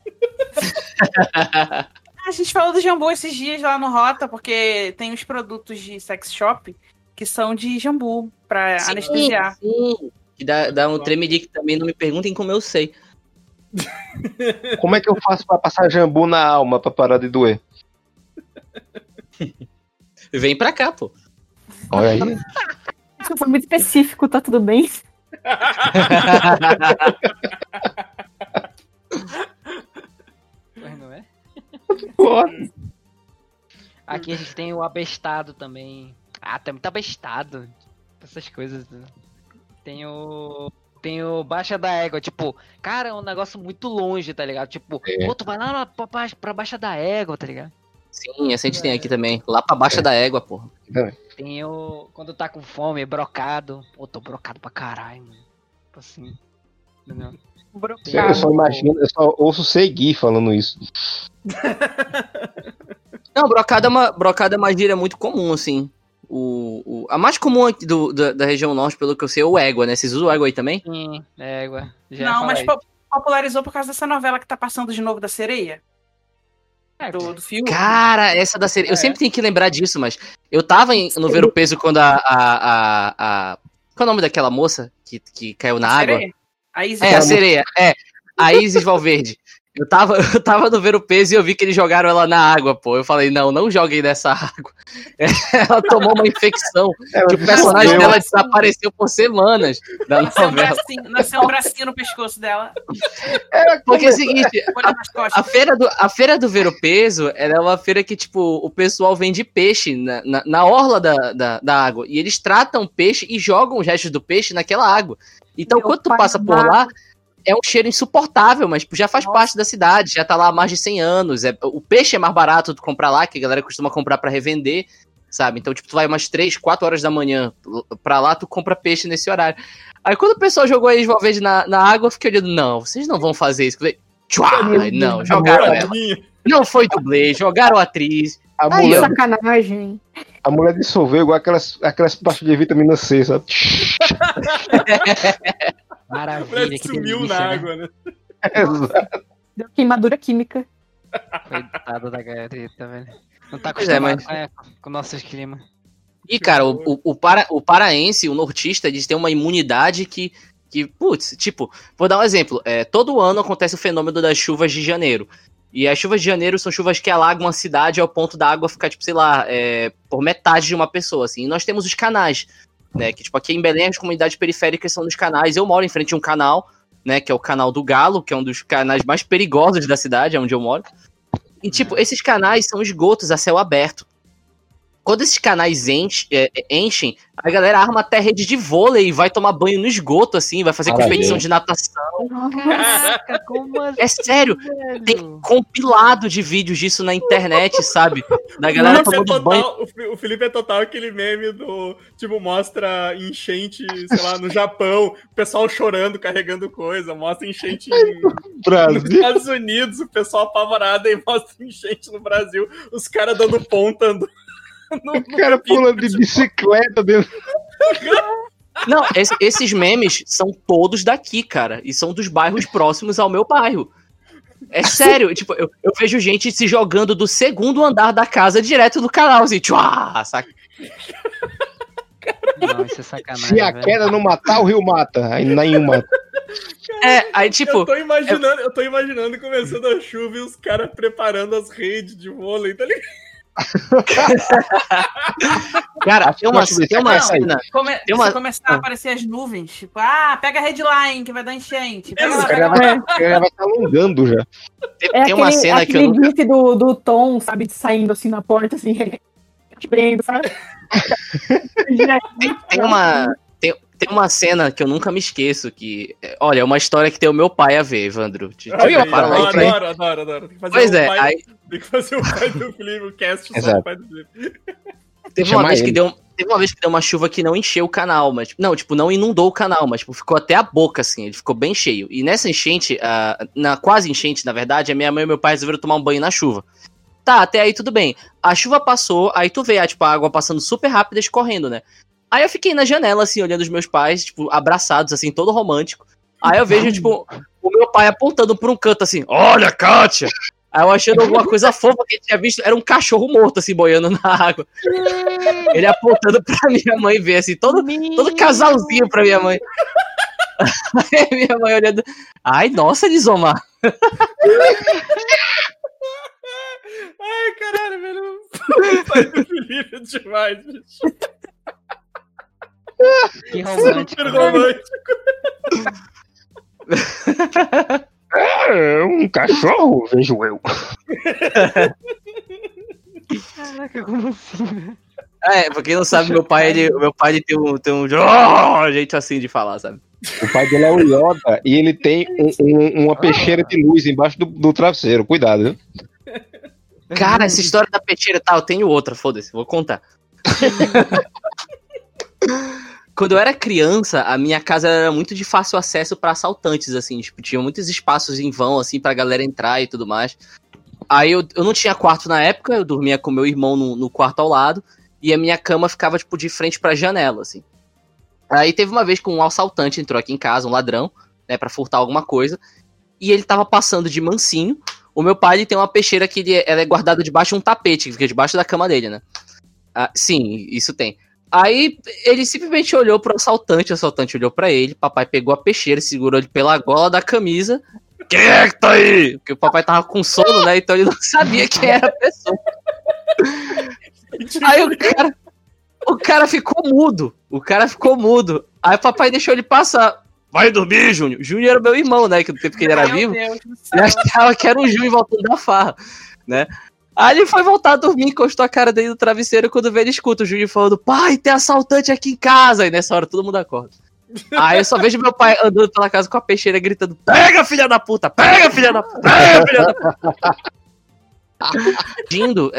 A gente falou do jambu esses dias lá no Rota, porque tem os produtos de sex shop que são de jambu pra anestesiar. Sim. Que dá um tremelique também, não me perguntem como eu sei. Como é que eu faço pra passar jambu na alma pra parar de doer? Vem pra cá, pô. Olha aí. Isso foi muito específico, tá tudo bem? Mas não é? Pô, Aqui a gente tem o abestado também. Ah, tem muito abestado. Essas coisas. Né? Tem o Baixa da Égua. Tipo, cara, é um negócio muito longe, tá ligado? Tipo, pô, tu vai lá pra Baixa da Égua, tá ligado? Sim, essa a gente tem aqui também. Lá pra baixo da égua, porra. Tem o. Quando tá com fome, brocado. Pô, tô brocado pra caralho, mano. Tipo assim. Entendeu? eu só imagino, eu só ouço seguir falando isso. Não, brocada é uma gíria muito comum, assim. A mais comum aqui da região norte, pelo que eu sei, é o égua, né? Vocês usam o égua aí também? Sim, égua. Já Não, mas falei. popularizou por causa dessa novela que tá passando de novo da sereia. Do filme. Cara, essa da sereia. Eu sempre tenho que lembrar disso, mas eu tava no Ver o Peso quando Qual é o nome daquela moça que caiu na água? Sereia? A Isis. A sereia. A Isis Valverde. Eu tava no Ver o Peso e eu vi que eles jogaram ela na água, pô. Eu falei, não joguem nessa água. Ela tomou uma infecção. Que o personagem dela desapareceu por semanas da novela. Nasceu um bracinho no pescoço dela. Porque é o seguinte, Olha nas costas. a feira do Ver o Peso, ela é uma feira que, tipo, o pessoal vende peixe na orla da água. E eles tratam peixe e jogam os restos do peixe naquela água. Então, quando tu passa por lá, é um cheiro insuportável, mas já faz parte da cidade, já tá lá há mais de 100 anos. O peixe é mais barato tu comprar lá, que a galera costuma comprar pra revender, sabe? Então, tipo, tu vai umas 3, 4 horas da manhã pra lá, tu compra peixe nesse horário. Aí quando o pessoal jogou a Isis Valverde na água, eu fiquei olhando, não, vocês não vão fazer isso. Eu falei, não, jogaram ela. Não foi dublê, jogaram a atriz. Sacanagem. A mulher dissolveu igual aquelas pastas de vitamina C, sabe? Maravilha. Que sumiu delícia, na né? água, né? Exato. Deu queimadura química. Coitado da garota, velho. Não tá Pois é, acostumado com nossos climas. E, cara, o paraense, o nortista, eles têm uma imunidade que, putz, tipo, vou dar um exemplo. Todo ano acontece o fenômeno das chuvas de janeiro. E as chuvas de janeiro são chuvas que alagam a cidade ao ponto da água ficar, tipo, sei lá, por metade de uma pessoa, assim. E nós temos os canais, né? Que, tipo, aqui em Belém as comunidades periféricas são nos canais. Eu moro em frente a um canal, né? Que é o canal do Galo, que é um dos canais mais perigosos da cidade, é onde eu moro. E, tipo, esses canais são esgotos a céu aberto. Quando esses canais enchem, a galera arma até rede de vôlei e vai tomar banho no esgoto, assim, vai fazer competição de natação. Caraca, como assim? É sério, velho? tem compilado de vídeos disso na internet, sabe? Da galera tomando banho. O Felipe é total aquele meme do, tipo, mostra enchente, sei lá, no Japão, o pessoal chorando, carregando coisa, mostra enchente nos Brasil. Estados Unidos, o pessoal apavorado, e mostra enchente no Brasil, os caras dando ponta no O cara pulando de bicicleta dentro. Não, esses memes são todos daqui, cara. E são dos bairros próximos ao meu bairro. É sério, tipo, eu vejo gente se jogando do segundo andar da casa direto do canal, assim, tchua, saca? Não, isso é sacanagem. Se a velho. queda não matar, o rio mata. Aí nenhum mata. Aí tipo. Eu tô imaginando começando a chuva e os caras preparando as redes de vôlei, tá ligado? Cara, tem uma cena. Se começar a aparecer as nuvens, tipo, pega a headline que vai dar enchente. Pega lá, O pega cara lá. vai estar alongando já. Tem uma cena que eu aquele nunca. gif do Tom, sabe, saindo assim na porta, assim, vendo, sabe? Tem tem uma cena que eu nunca me esqueço, que... Olha, é uma história que tem o meu pai a ver, Evandro. Adoro. Tem que fazer Pois é, aí... Tem que fazer o pai do Felipe, o cast só Exato. do pai do Felipe. Teve uma vez que deu uma chuva que não encheu o canal, mas... Não, tipo, não inundou o canal, mas tipo, ficou até a boca, assim, ele ficou bem cheio. E nessa enchente, na quase enchente, na verdade, a minha mãe e meu pai resolveram tomar um banho na chuva. Tá, até aí tudo bem. A chuva passou, aí tu vê, tipo, a água passando super rápida, escorrendo, né? Aí eu fiquei na janela, assim, olhando os meus pais, tipo, abraçados, assim, todo romântico. Aí eu vejo, tipo, o meu pai apontando pra um canto, assim, olha, Kátia! Aí eu achando alguma coisa fofa que ele tinha visto, era um cachorro morto, assim, boiando na água. Ele apontando pra minha mãe ver, assim, todo casalzinho pra minha mãe. Aí minha mãe olhando, ai, nossa, Lisomar. Ai, caralho, velho. O pai do Felipe é demais, bicho. Que romântico. Super romântico. Um cachorro, vejo eu. Caraca, como assim? Pra quem não sabe, meu pai ele tem um jeito assim de falar, sabe? O pai dele é o Yoda e ele tem uma peixeira de luz embaixo do travesseiro. Cuidado, viu? Cara, essa história da peixeira, tá, eu tenho outra, foda-se, vou contar. Quando eu era criança, a minha casa era muito de fácil acesso pra assaltantes, assim, tipo, tinha muitos espaços em vão, assim, pra galera entrar e tudo mais. Aí eu não tinha quarto na época, eu dormia com meu irmão no quarto ao lado, e a minha cama ficava, tipo, de frente pra janela, assim. Aí teve uma vez que um assaltante entrou aqui em casa, um ladrão, né, pra furtar alguma coisa, e ele tava passando de mansinho. O meu pai, ele tem uma peixeira que ela é guardada debaixo de um tapete, que fica debaixo da cama dele, né? Sim, isso tem. Aí ele simplesmente olhou pro assaltante, o assaltante olhou pra ele, papai pegou a peixeira, segurou ele pela gola da camisa. Quem é que tá aí? Porque o papai tava com sono, né? Então ele não sabia quem era a pessoa. Aí o cara ficou mudo. Aí o papai deixou ele passar. Vai dormir, Júnior. Júnior era meu irmão, né? Que no tempo que ele era vivo, ele achava que era o Júnior voltando da farra, né? Aí ele foi voltar a dormir, encostou a cara dele no travesseiro, quando vê ele escuta o Júnior falando, pai, tem assaltante aqui em casa. E nessa hora todo mundo acorda. Aí eu só vejo meu pai andando pela casa com a peixeira gritando, pega, filha da puta, pega, filha da puta, pega, filha da puta. Dindo,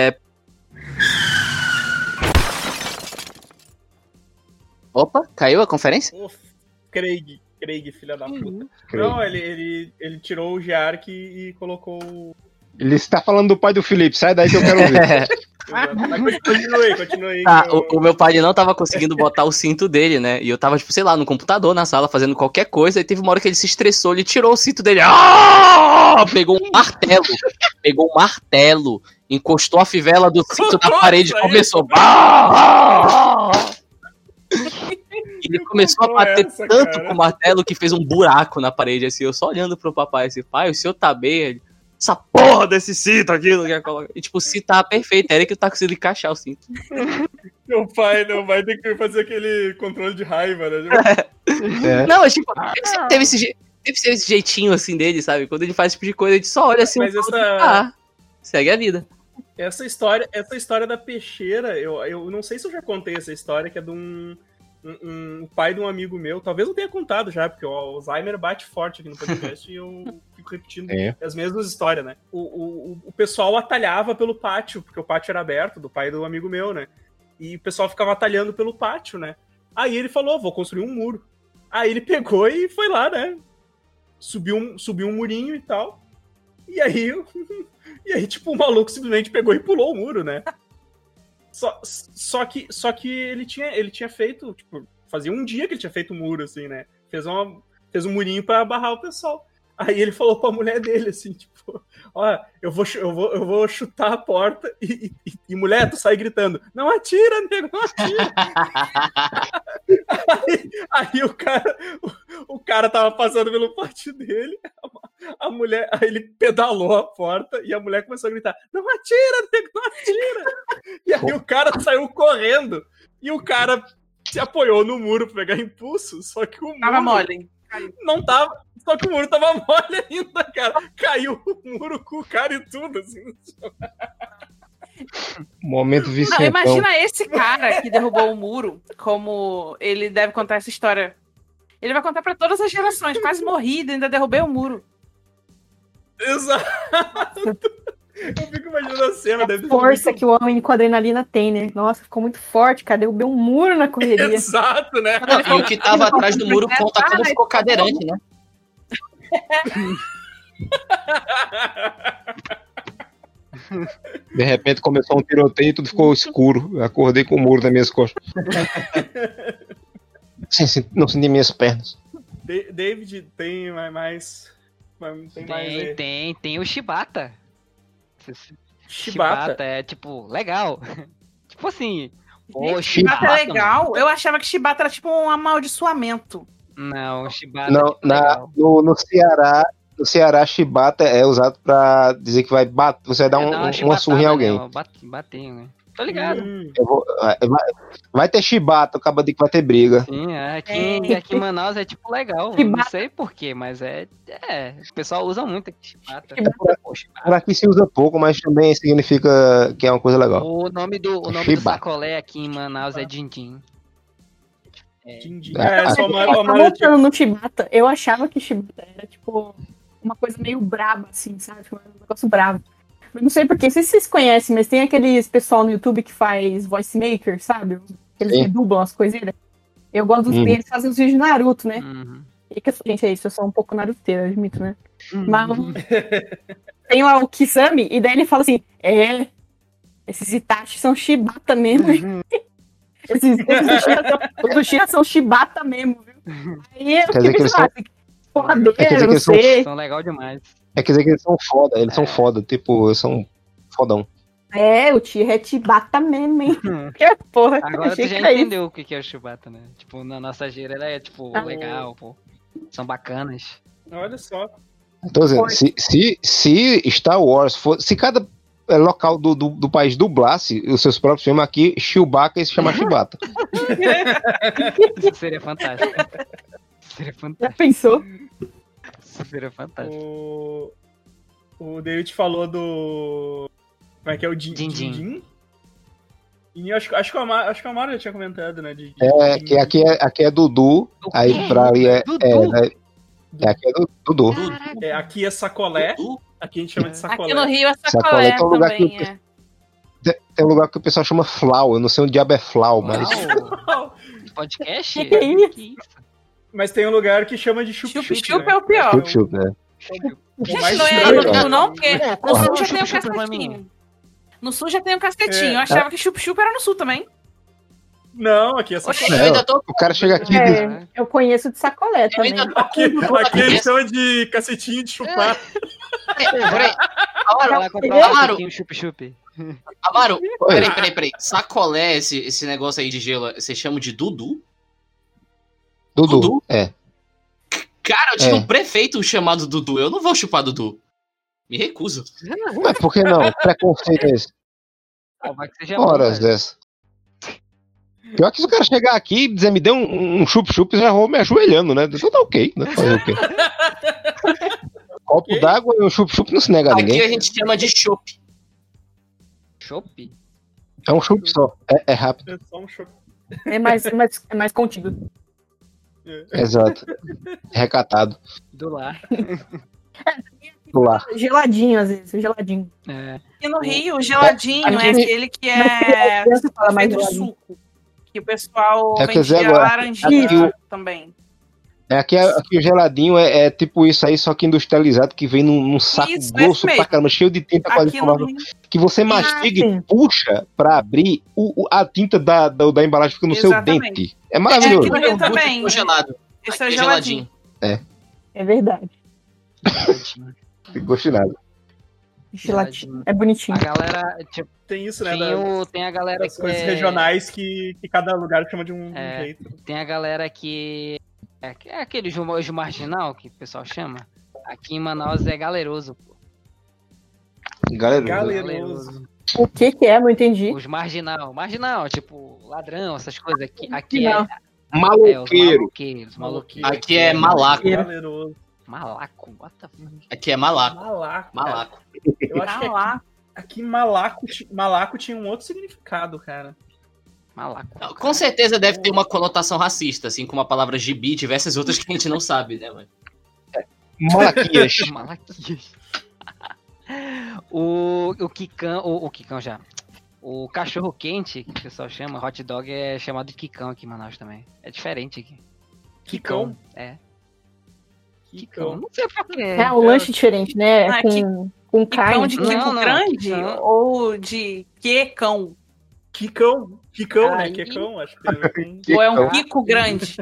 Opa, caiu a conferência? Craig, filha da puta. Não, ele tirou o Jark e colocou... Ele está falando do pai do Felipe, sai daí que eu quero ver. Mas continue aí. O meu pai não tava conseguindo botar o cinto dele, né? E eu tava, tipo, sei lá, no computador, na sala, fazendo qualquer coisa. E teve uma hora que ele se estressou, ele tirou o cinto dele. Pegou um martelo, encostou a fivela do cinto na parede e começou. Ele começou a bater tanto com o martelo que fez um buraco na parede, assim. Eu só olhando pro papai, assim, pai, o senhor tá bem? Ele, essa porra desse cinto aqui, não quer colocar. E tipo, o cinto tava perfeito, era ele que não tá conseguindo encaixar o cinto. Meu pai tem que fazer aquele controle de raiva, né? Não, tipo, teve esse jeitinho assim dele, sabe? Quando ele faz esse tipo de coisa, a gente só olha assim, mas segue a vida. Essa história da peixeira, eu não sei se eu já contei essa história, que é de um pai de um amigo meu, talvez eu tenha contado já, porque o Alzheimer bate forte aqui no podcast e eu fico repetindo as mesmas histórias, né? O pessoal atalhava pelo pátio, porque o pátio era aberto, do pai do amigo meu, né? E o pessoal ficava atalhando pelo pátio, né? Aí ele falou, vou construir um muro. Aí ele pegou e foi lá, né? Subiu um murinho e tal. E aí, tipo, o maluco simplesmente pegou e pulou o muro, né? Só que ele tinha feito, tipo, fazia um dia que ele tinha feito o muro, assim, né? Fez um murinho pra barrar o pessoal. Aí ele falou pra mulher dele, assim, tipo, ó, eu vou chutar a porta e mulher, tu sai gritando, não atira, nego, não atira. aí o cara tava passando pelo pátio dele, a mulher, aí ele pedalou a porta e a mulher começou a gritar, não atira, nego, não atira. E aí o cara saiu correndo e o cara se apoiou no muro pra pegar impulso, só que o muro... Tava mole, hein? Não tava, só que o muro tava mole ainda, cara. Caiu o muro com o cara e tudo, assim. Momento Não, Vicentão. imagina esse cara que derrubou o muro, como ele deve contar essa história. Ele vai contar pra todas as gerações. Quase morri, ainda derrubei o muro. Exato. Eu fico imaginando a cena. Deve ter Força sido que o homem com adrenalina tem, né? Nossa, ficou muito forte, cara. Derrubei um muro na correria. Exato, né? Não, e o que tava atrás do muro conta como ficou cadeirante, né? De repente começou um tiroteio e tudo ficou escuro. Eu acordei com o muro nas minhas costas. Não senti minhas pernas. David, tem mais. Tem mais aí. Tem o Shibata. Shibata. É, tipo, legal. Tipo assim. Gente, Shibata é legal. Eu achava que Shibata era tipo um amaldiçoamento. Não, o Shibata Não, é tipo, legal. no Ceará, Shibata é usado pra dizer que vai bater, você vai dar uma surra em alguém. Bateu, né? Tô ligado. Vai ter Shibata, acaba de que vai ter briga. Sim, aqui em Manaus é tipo legal. Shibata. Não sei porquê, mas o pessoal usa muito aqui Shibata. Por aqui se usa pouco, mas também significa que é uma coisa legal. O nome do Shibata. sacolé aqui em Manaus é Dindim. Só Voltando no Shibata, eu achava que Shibata era tipo uma coisa meio braba, assim, sabe? Um negócio bravo. Eu não sei porquê, não sei se vocês conhecem, mas tem aqueles pessoal no YouTube que faz voice maker, sabe? Eles redublam as coisinhas. Eu gosto dos eles fazem os vídeos de Naruto, né? E que, gente, é isso, eu sou um pouco naruteira, admito, né? Mas tem lá o Kisame, e daí ele fala assim, esses Itachi são Shibata mesmo, hein? Esses Uchiha são Shibata mesmo, viu? Aí eu fiquei pensando, porradeira, não sei. São legal demais. Quer dizer que eles são foda, tipo, eles são fodão. O Uchiha é Shibata mesmo, hein? Que porra, agora tu já entendeu o que é o Shibata, né? Tipo, na nossa gira ela é, tipo, legal, pô. São bacanas. Olha só. Tô dizendo, se Star Wars fosse... Se cada local do país dublasse os seus próprios filmes, aqui, Chewbacca ia se chamar Shibata. Isso seria fantástico. Já pensou? Isso seria fantástico. O David falou do... Como é que é o Din? E acho que o Amaro já tinha comentado, né? Que aqui é Dudu, aí pra ali aqui é Dudu. Aqui é sacolé. Aqui a gente chama de sacolé. Aqui no Rio é sacolé é um lugar também, Tem um lugar que o pessoal chama Flau, eu não sei onde diabo é Flau, mas... Podcast? Que isso? Mas tem um lugar que chama de chup-chup. Chup-chup é o pior. Chup-chup, né? Gente, não é no Sul não, porque no Sul já tem um cacetinho. No Sul já tem um cacetinho. Eu achava que chup-chup era no Sul também. Não, aqui é sacolé. Eu ainda tô... O cara chega aqui e diz... Eu conheço de sacolé também. Aqui a gente chama de cacetinho de chupar. Peraí. Amaro, chup-chup. Amaro, peraí. Sacolé, esse negócio aí de gelo, vocês chamam de Dudu? Dudu? É. Cara, eu tinha um prefeito chamado Dudu. Eu não vou chupar Dudu. Me recuso. Mas por que não? Preconceito é esse? Horas dessa. Pior que se o cara chegar aqui e dizer, me dê um chup-chup, já vou me ajoelhando, né? Então tá ok, né? Fazer o quê? Copo d'água e um chup-chup não se nega a ninguém. Aqui a gente chama de chup. Chup? É um chup só. É rápido. É só um chup. É mais contido. Exato. Recatado. Do lar. Do lar. Geladinho, às vezes, geladinho. E no Rio, o geladinho é aquele que é feito de suco. Que o pessoal vendia laranjinha também. Aqui o geladinho é tipo isso aí, só que industrializado, que vem num saco grosso pra caramba, cheio de tinta quase que você mastiga e puxa pra abrir, a tinta da embalagem fica no seu dente. É maravilhoso. Aqui no Rio também. Congelado. Esse é o geladinho. É verdade. Não gostei nada. Geladinho. É bonitinho. A galera, tipo, tem isso, né? Tem a galera das coisas regionais que cada lugar chama de um jeito. Tem a galera que é aquele os marginal que o pessoal chama. Aqui em Manaus é galeroso, pô. Galeroso. O que é? Não entendi. Os marginal, tipo ladrão, essas coisas. Aqui é maloqueiro. Os maloqueiros. Aqui é malaco. Malaco, what the fuck? Aqui é malaco. Malaco. Eu acho que Aqui malaco tinha um outro significado, cara. Malaco. Com certeza deve ter uma conotação racista, assim como a palavra gibi, diversas outras que a gente não sabe, né, mano? Malaquias. Malaquias. O Kikão já. O cachorro quente, que o pessoal chama, hot dog, é chamado de Kikão aqui em Manaus também. É diferente aqui. Kikão? É. Kikão. Não sei porquê. É um lanche diferente, né? Ah, com Quicão carne. de Não, Kiko não, grande não. ou de quecão? Kikão, né? Aí- Kikão, acho que tem a ver com... Ou é um Kikão. Kiko grande?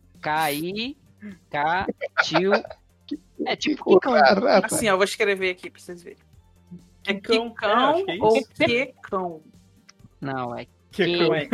Tio. É tipo Pô, Kikão. caraca. Assim, ó, eu vou escrever aqui pra vocês verem. É Kikão, Kikão acho que é ou isso. quecão? Não, é Kikão, é.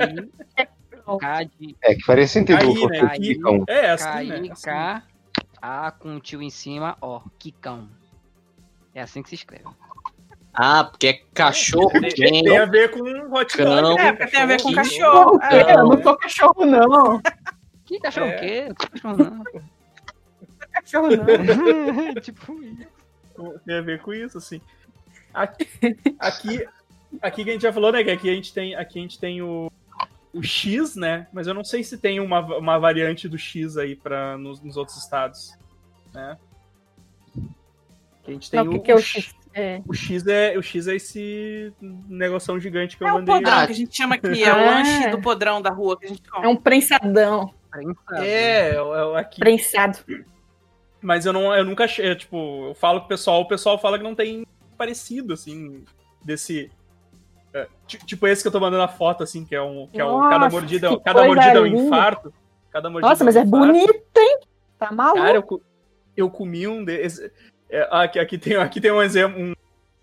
K de É, que faria sentido. Aí, fosse né? Kikão. É, assim, né? Assim. K, A com o tio em cima, ó, Kikão. É assim que se escreve. Ah, porque é cachorro quente. Tem a ver com hot dog. Cão. né? É, porque tem a ver com Cachorro, cachorro. eu não sou cachorro, não. Que cachorro É. o quê? Não sou cachorro não. Cachorro, não. Tipo isso. Tem a ver com isso, assim. Aqui que a gente já falou, né? Que aqui a gente tem o X, né? Mas eu não sei se tem uma variante do X aí nos outros estados, né? Que a gente tem Não, o que é o X? É. O X é esse negoção gigante que eu É o mandei. podrão que a gente chama aqui, é o Ah. lanche do podrão da rua que a gente É come. um prensadão. É aqui. Prensado. Mas eu nunca achei, tipo, eu falo com o pessoal fala que não tem parecido, assim, desse... tipo esse que eu tô mandando a foto, assim, que é Nossa, cada mordida que é um coisa infarto. Cada mordida Nossa, mas um é infarto. bonito, hein? Tá maluco. Cara, eu comi um desses... aqui tem um exemplo,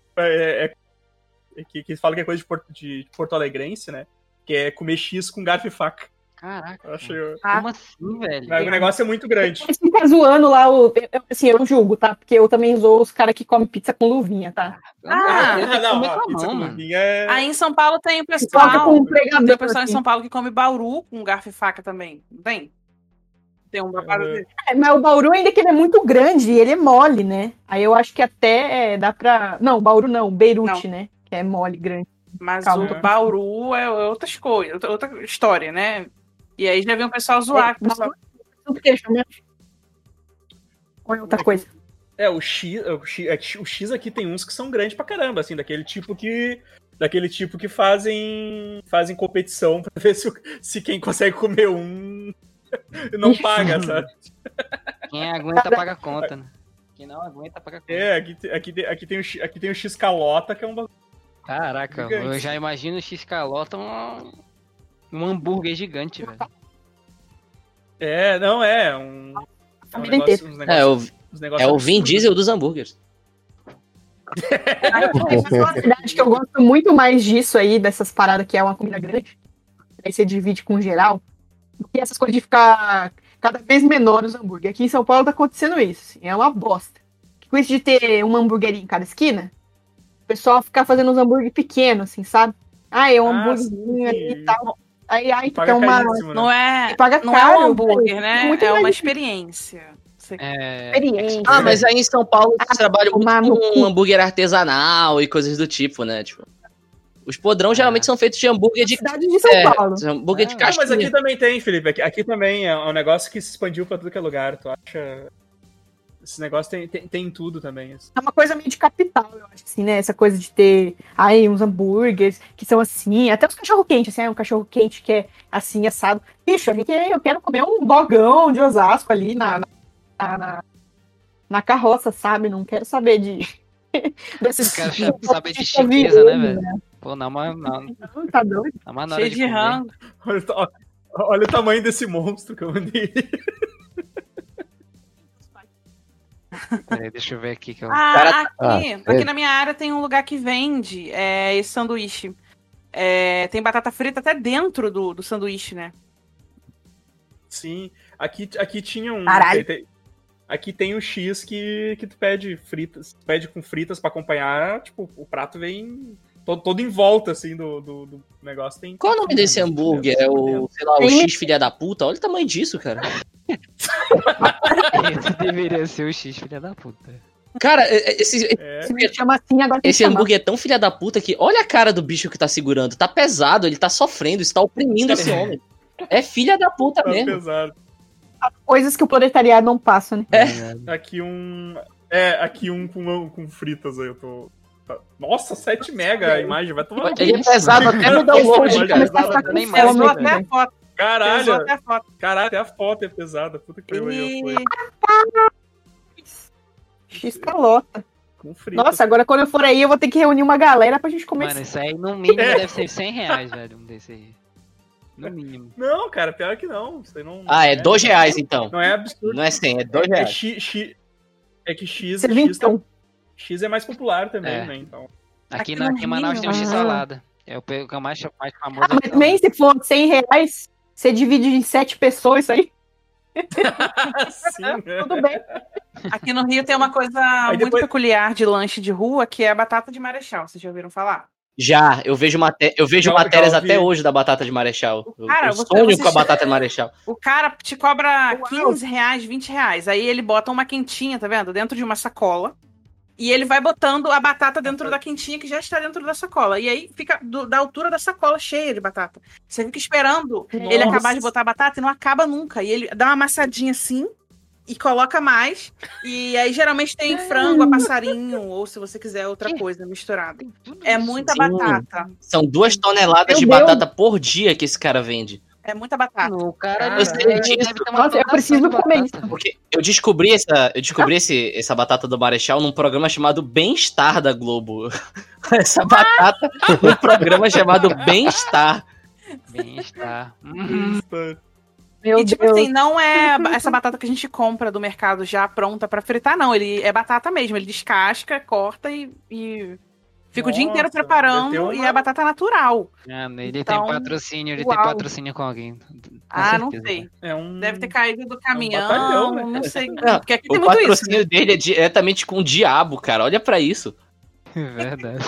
que fala que é coisa de Porto Alegrense, né? Que é comer X com garfo e faca. Caraca. Eu achei... Como assim, velho? Mas o negócio é muito grande. Mas fica zoando lá, assim, eu não julgo, tá? Porque eu também zoo os caras que comem pizza com luvinha, tá? Ah, não, a pizza com mano. luvinha é... Aí em São Paulo tem o Coloca pessoal. com um Tem pregador. o pessoal em assim. São Paulo que come bauru com garfo e faca também. Não tem? Tem um bauru dele. É, mas o bauru ainda que ele é muito grande e ele é mole, né? Aí eu acho que até dá pra... Não, bauru não, beirute, né? Que é mole, grande. Mas Calma. o bauru é outras coisas, outra história, né? E aí já vem o pessoal zoar. o pessoal... Tudo queijo, né? Ou é outra coisa? O X aqui tem uns que são grandes pra caramba, assim, daquele tipo que fazem competição pra ver se quem consegue comer um não paga, sabe? Quem aguenta paga a conta, né? Quem não aguenta paga a conta. Aqui tem o X calota, que é um bagulho. Caraca, Gigante. eu já imagino o X-Calota um hambúrguer gigante, velho. Família inteira. É o Vin Diesel dos hambúrgueres. Na verdade, que eu gosto muito mais disso aí, dessas paradas que é uma comida grande. Aí você divide com geral. Do que essas coisas de ficar cada vez menor os hambúrgueres. Aqui em São Paulo tá acontecendo isso. Assim, é uma bosta. Com isso de ter uma hamburgueria em cada esquina, o pessoal fica fazendo uns hambúrguer pequenos, assim, sabe? Ah, é um hambúrguerzinho ali e tal. Aí tu quer uma. caríssimo, né? Não é, Paga não caro, é um hambúrguer, velho. né? Muito É uma mais experiência. Você... experiência. Ah, mas aí em São Paulo eles trabalham muito tomar no com cu. hambúrguer artesanal e coisas do tipo, né? Tipo, os podrão geralmente são feitos de hambúrguer de... Cidade de São Paulo. hambúrguer de Não, mas casquinha. aqui também tem, Felipe. Aqui também é um negócio que se expandiu pra tudo que é lugar. Tu acha? Esse negócio tem em tudo também. Assim. É uma coisa meio de capital, eu acho, assim, né? Essa coisa de ter aí uns hambúrgueres que são assim, até os cachorro-quente, assim, um cachorro-quente que é assim, assado. Bicho, eu quero comer um dogão de Osasco ali na carroça, sabe? Não quero saber desses... Quero saber de chiqueza, né, velho? Pô, não, Tá doido? na hora Cheio de de comer. rango. Olha o tamanho desse monstro que eu mandei. Peraí, deixa eu ver aqui que eu... Aqui na minha área tem um lugar que vende esse sanduíche. Tem batata frita até dentro do sanduíche, né? Sim, aqui tinha um. Caralho. Aqui tem o X que tu pede fritas, pede com fritas pra acompanhar, tipo, o prato vem todo em volta, assim, do negócio. Qual é o nome desse hambúrguer? É o, sei lá, o X filha da puta? Olha o tamanho disso, cara. Esse deveria ser o X, filha da puta. Cara, esse Se me chama assim, agora tem que Esse chamar. hambúrguer é tão filha da puta que olha a cara do bicho que tá segurando. Tá pesado, ele tá sofrendo, isso tá oprimindo esse homem. É filha da puta Tá mesmo. pesado. Coisas que o proletariado não passa, né? Aqui um. Aqui um com fritas aí, eu tô. Nossa, 7 mega a imagem, vai tomar. Ele é pesado até no download, Imagem cara. pesada, Começar a nem ficar com mais, Pesou fome, até a velho. foto. Pesou Caralho! até a foto. Caralho, até a foto é pesada. Puta que pariu. E... X-calota. Com fritas. Nossa, agora quando eu for aí, eu vou ter que reunir uma galera pra gente comer. Mano, isso aí no mínimo deve ser R$100, velho, um desse aí. No mínimo. Não, cara, pior que não. Isso aí não. Ah, é R$2 então. Não é absurdo. Não é 100, é R$2. É que X, Você vê, então. X é mais popular também, É. né? Então. Aqui no em Manaus tem o Rio, X-salada. É o que é mais famoso. Ah, mas também, se for R$100, você divide em 7 pessoas, isso aí, Sim, né? tudo bem. Aqui no Rio tem uma coisa muito depois- peculiar de lanche de rua, que é a batata de marechal. Vocês já ouviram falar? Já, eu vejo Já matérias ouvi. até hoje da batata de Marechal. Cara, Eu você sonho com a assiste- batata de Marechal. O cara te cobra Uau. R$15, R$20. Aí ele bota uma quentinha, tá vendo? Dentro de uma sacola. E ele vai botando a batata dentro da quentinha que já está dentro da sacola. E aí fica da altura da sacola cheia de batata. Você fica esperando ele Nossa. acabar de botar a batata e não acaba nunca. E ele dá uma amassadinha assim e coloca mais. E aí geralmente tem frango a passarinho, ou se você quiser outra coisa misturada. É muita Sim. batata. São 2 toneladas Meu de Deus. batata por dia que esse cara vende. É muita batata. O cara Eu sei deve disso. ter uma Nossa, eu plantação preciso de comer batata. Porque eu descobri essa batata do Marechal num programa chamado Bem-Estar da Globo. Essa batata num programa chamado Bem-Estar. Bem-estar. Meu E tipo Deus. assim, não é essa batata que a gente compra do mercado já pronta pra fritar, não. Ele é batata mesmo. Ele descasca, corta e fica o dia inteiro Nossa, preparando. deve ter E uma- é batata natural. Ele Então, tem patrocínio, ele uau. tem patrocínio com alguém. Com Não certeza. sei. É um. Deve ter caído do caminhão, batalhão, né? não sei. Não, Porque aqui o tem muito isso. patrocínio dele é diretamente com o diabo, cara. Olha pra isso. É verdade.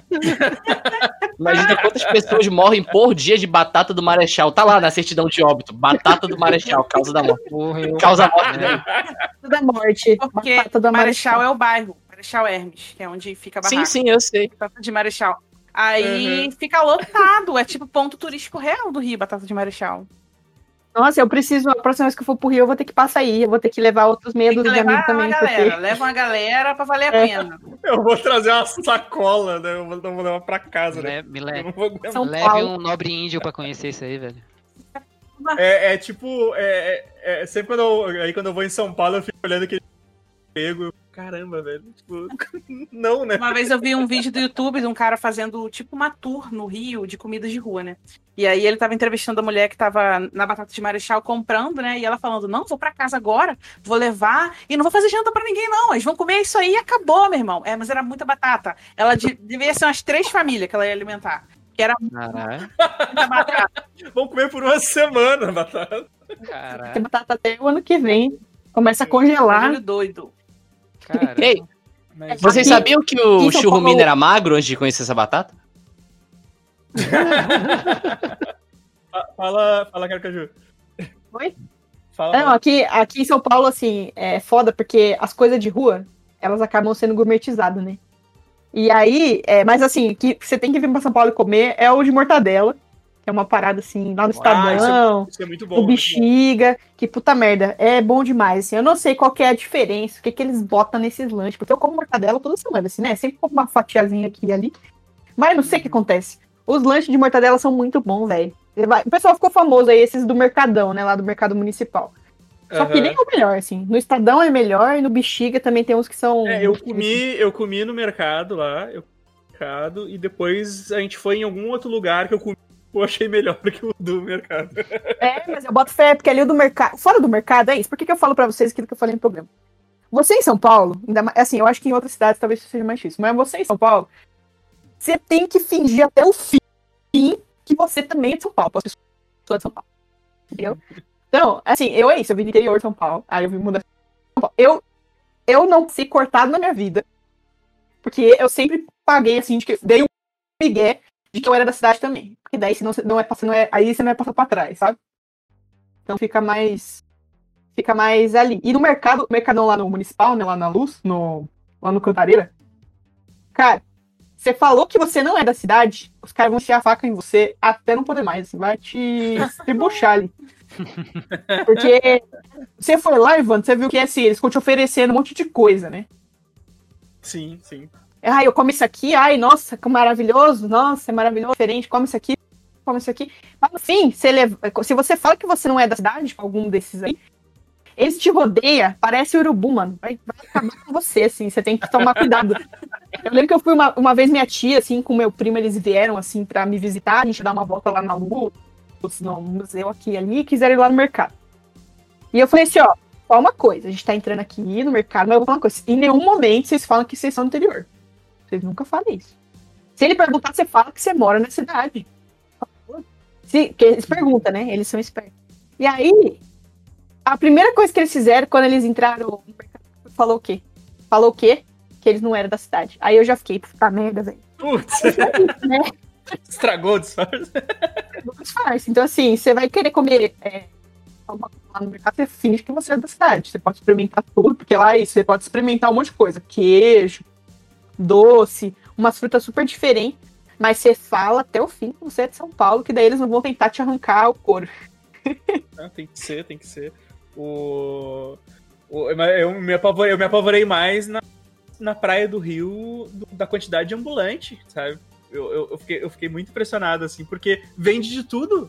Imagina quantas pessoas morrem por dia de batata do Marechal. Tá lá na certidão de óbito. Batata do Marechal, causa da morte. Morreu. Causa a morte dele. Da morte. Porque Batata da Marechal é o bairro. Marechal Hermes, que é onde fica a barraca. Sim, eu sei. Batata de Marechal. Aí fica lotado. É tipo ponto turístico real do Rio, batata de Marechal. Nossa, eu preciso, a próxima vez que eu for pro Rio, eu vou ter que passar aí. Eu vou ter que levar outros meia Tem que dúzia de amigos levar também. uma galera. Porque... Leva uma galera pra valer a É. pena. Eu vou trazer uma sacola, né? Eu não vou levar pra casa, né? Me Eu leve, não vou aguentar. São leve Paulo. um nobre índio pra conhecer isso aí, velho. Tipo, sempre quando eu vou em São Paulo, eu fico olhando aquele pego. Caramba, velho. Tipo, não, né? Uma vez eu vi um vídeo do YouTube de um cara fazendo tipo uma tour no Rio de comidas de rua, né? E aí ele tava entrevistando a mulher que tava na Batata de Marechal comprando, né? E ela falando, não, vou pra casa agora, vou levar e não vou fazer janta pra ninguém, não. Eles vão comer isso aí e acabou, meu irmão. Mas era muita batata. Ela devia ser umas 3 famílias que ela ia alimentar. Que era Caralho. muita batata. Vamos comer por uma semana, batata. Tem Caralho. batata até o ano que vem. Começa a congelar. Olho doido. Caralho. Ei, Mas- vocês Aqui- sabiam que aqui o em São churrumino Paulo- era magro antes de conhecer essa batata? Fala, Carcaju. Oi? Fala. Não, aqui em São Paulo, assim, é foda porque as coisas de rua, elas acabam sendo gourmetizadas, né? E aí, mas assim, que você tem que vir pra São Paulo e comer é o de mortadela, que é uma parada assim, lá no Estadão, Isso é muito bom. o muito bom. bexiga, que puta merda, é bom demais, assim, eu não sei qual que é a diferença, o que que eles botam nesses lanches, porque eu como mortadela toda semana, assim, né? Sempre como uma fatiazinha aqui e ali, mas não sei o que acontece. Os lanches de mortadela são muito bons, velho. O pessoal ficou famoso aí, esses do Mercadão, né, lá do Mercado Municipal. Só que Aham. nem é o melhor, assim. No Estadão é melhor e no Bexiga também tem uns que são... Eu comi no mercado lá, e depois a gente foi em algum outro lugar que eu comi, eu achei melhor que o do mercado. Mas eu boto fé, porque ali o do mercado... Fora do mercado, é isso. Por que eu falo pra vocês aquilo que eu falei no programa? Você em São Paulo, ainda mais, assim, eu acho que em outras cidades talvez seja mais difícil, mas você em São Paulo, você tem que fingir até o fim que você também é de São Paulo, para as pessoas de São Paulo. Entendeu? Então, assim, eu vim do interior de São Paulo, aí eu vim mudar de São Paulo. Eu não fui cortado na minha vida, porque eu sempre paguei, assim, de que dei um migué de que eu era da cidade também. Porque daí, se não é passando, aí você não é passando pra trás, sabe? Então fica mais ali. E no mercado, o Mercadão lá no Municipal, né, lá na Luz, no lá no Cantareira. Cara, você falou que você não é da cidade, os caras vão enfiar a faca em você até não poder mais, assim, vai te estribuchar ali. Porque você foi lá, Ivan, você viu que assim, eles ficam te oferecendo um monte de coisa, né? Sim, sim. Ai, eu como isso aqui, ai, nossa, que maravilhoso, nossa, é maravilhoso, diferente, come isso aqui. Mas, enfim, se você fala que você não é da cidade, algum desses aí, eles te rodeiam, parece urubu, mano. Vai acabar com você, assim, você tem que tomar cuidado. Eu lembro que eu fui uma vez minha tia, assim, com meu primo, eles vieram, assim, pra me visitar, a gente dar uma volta lá na Lua, no museu aqui e ali, e quiseram ir lá no mercado. E eu falei assim, ó, só uma coisa, a gente tá entrando aqui no mercado, mas eu vou falar uma coisa, em nenhum momento vocês falam que vocês são do interior. Vocês nunca falam isso. Se ele perguntar, você fala que você mora na cidade. Porque eles perguntam, né? Eles são espertos. E aí, a primeira coisa que eles fizeram quando eles entraram no mercado, falou o quê? Falou o quê? Que eles não eram da cidade. Aí eu já fiquei, puta merda, velho. Putz, Né? estragou o disfarce. Disfarce. Então, assim, você vai querer comer alguma coisa lá no mercado, você finge que você é da cidade. Você pode experimentar tudo, porque lá é isso, você pode experimentar um monte de coisa. Queijo, doce, umas frutas super diferentes. Mas você fala até o fim que você é de São Paulo, que daí eles não vão tentar te arrancar o couro. Não, tem que ser. Eu me apavorei mais na praia do Rio da quantidade de ambulante, sabe? Eu fiquei muito impressionado, assim, porque vende de tudo.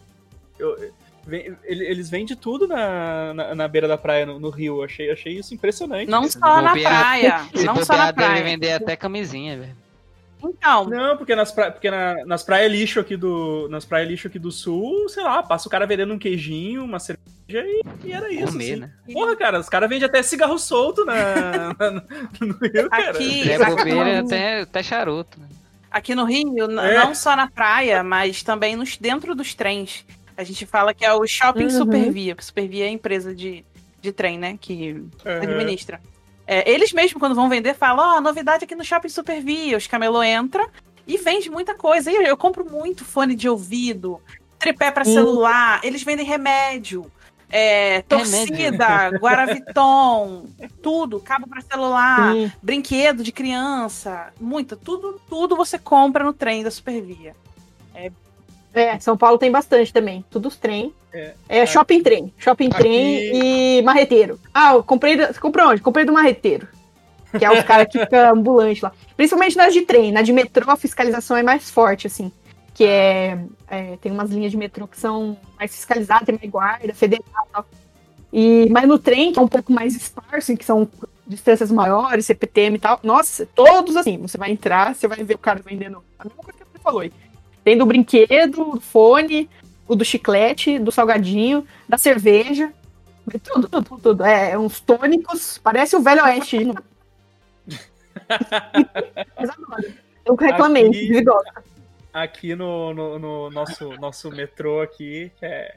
Eles vendem tudo na beira da praia, no Rio. Achei isso impressionante. Não só na praia. Não só na praia. Deve vender até camisinha, velho. Então. Não, porque nas praias lixo aqui do sul, sei lá, passa o cara vendendo um queijinho, uma cerveja e era isso. Comer, assim. né? Porra, cara, os caras vendem até cigarro solto no Rio, cara. Aqui, É bobeira, até charuto. Né? Aqui no Rio, não só na praia, mas também dentro dos trens. A gente fala que é o Shopping Supervia, porque Supervia é a empresa de trem, né, que administra. Eles mesmos, quando vão vender, falam, novidade aqui no Shopping Supervia. Os camelô entram e vende muita coisa. E eu compro muito fone de ouvido, tripé para celular, eles vendem remédio, torcida, Guaraviton, tudo, cabo para celular, brinquedo de criança, tudo você compra no trem da Supervia. São Paulo tem bastante também. Tudo os trem. Shopping trem. Shopping trem e marreteiro. Ah, comprou onde? Comprei do marreteiro. Que é os caras que ficam ambulantes lá. Principalmente nas de trem. Na de metrô, a fiscalização é mais forte, assim. Que tem umas linhas de metrô que são mais fiscalizadas, tem mais guarda, federal e tal. Mas no trem, que é um pouco mais esparso, que são distâncias maiores, CPTM e tal. Nossa, todos assim. Você vai entrar, você vai ver o cara vendendo a mesma coisa que você falou aí. Tem do brinquedo, do fone, o do chiclete, do salgadinho, da cerveja. Tudo. Uns tônicos. Parece o Velho Oeste. Mas agora, eu reclamei. Aqui no nosso metrô aqui,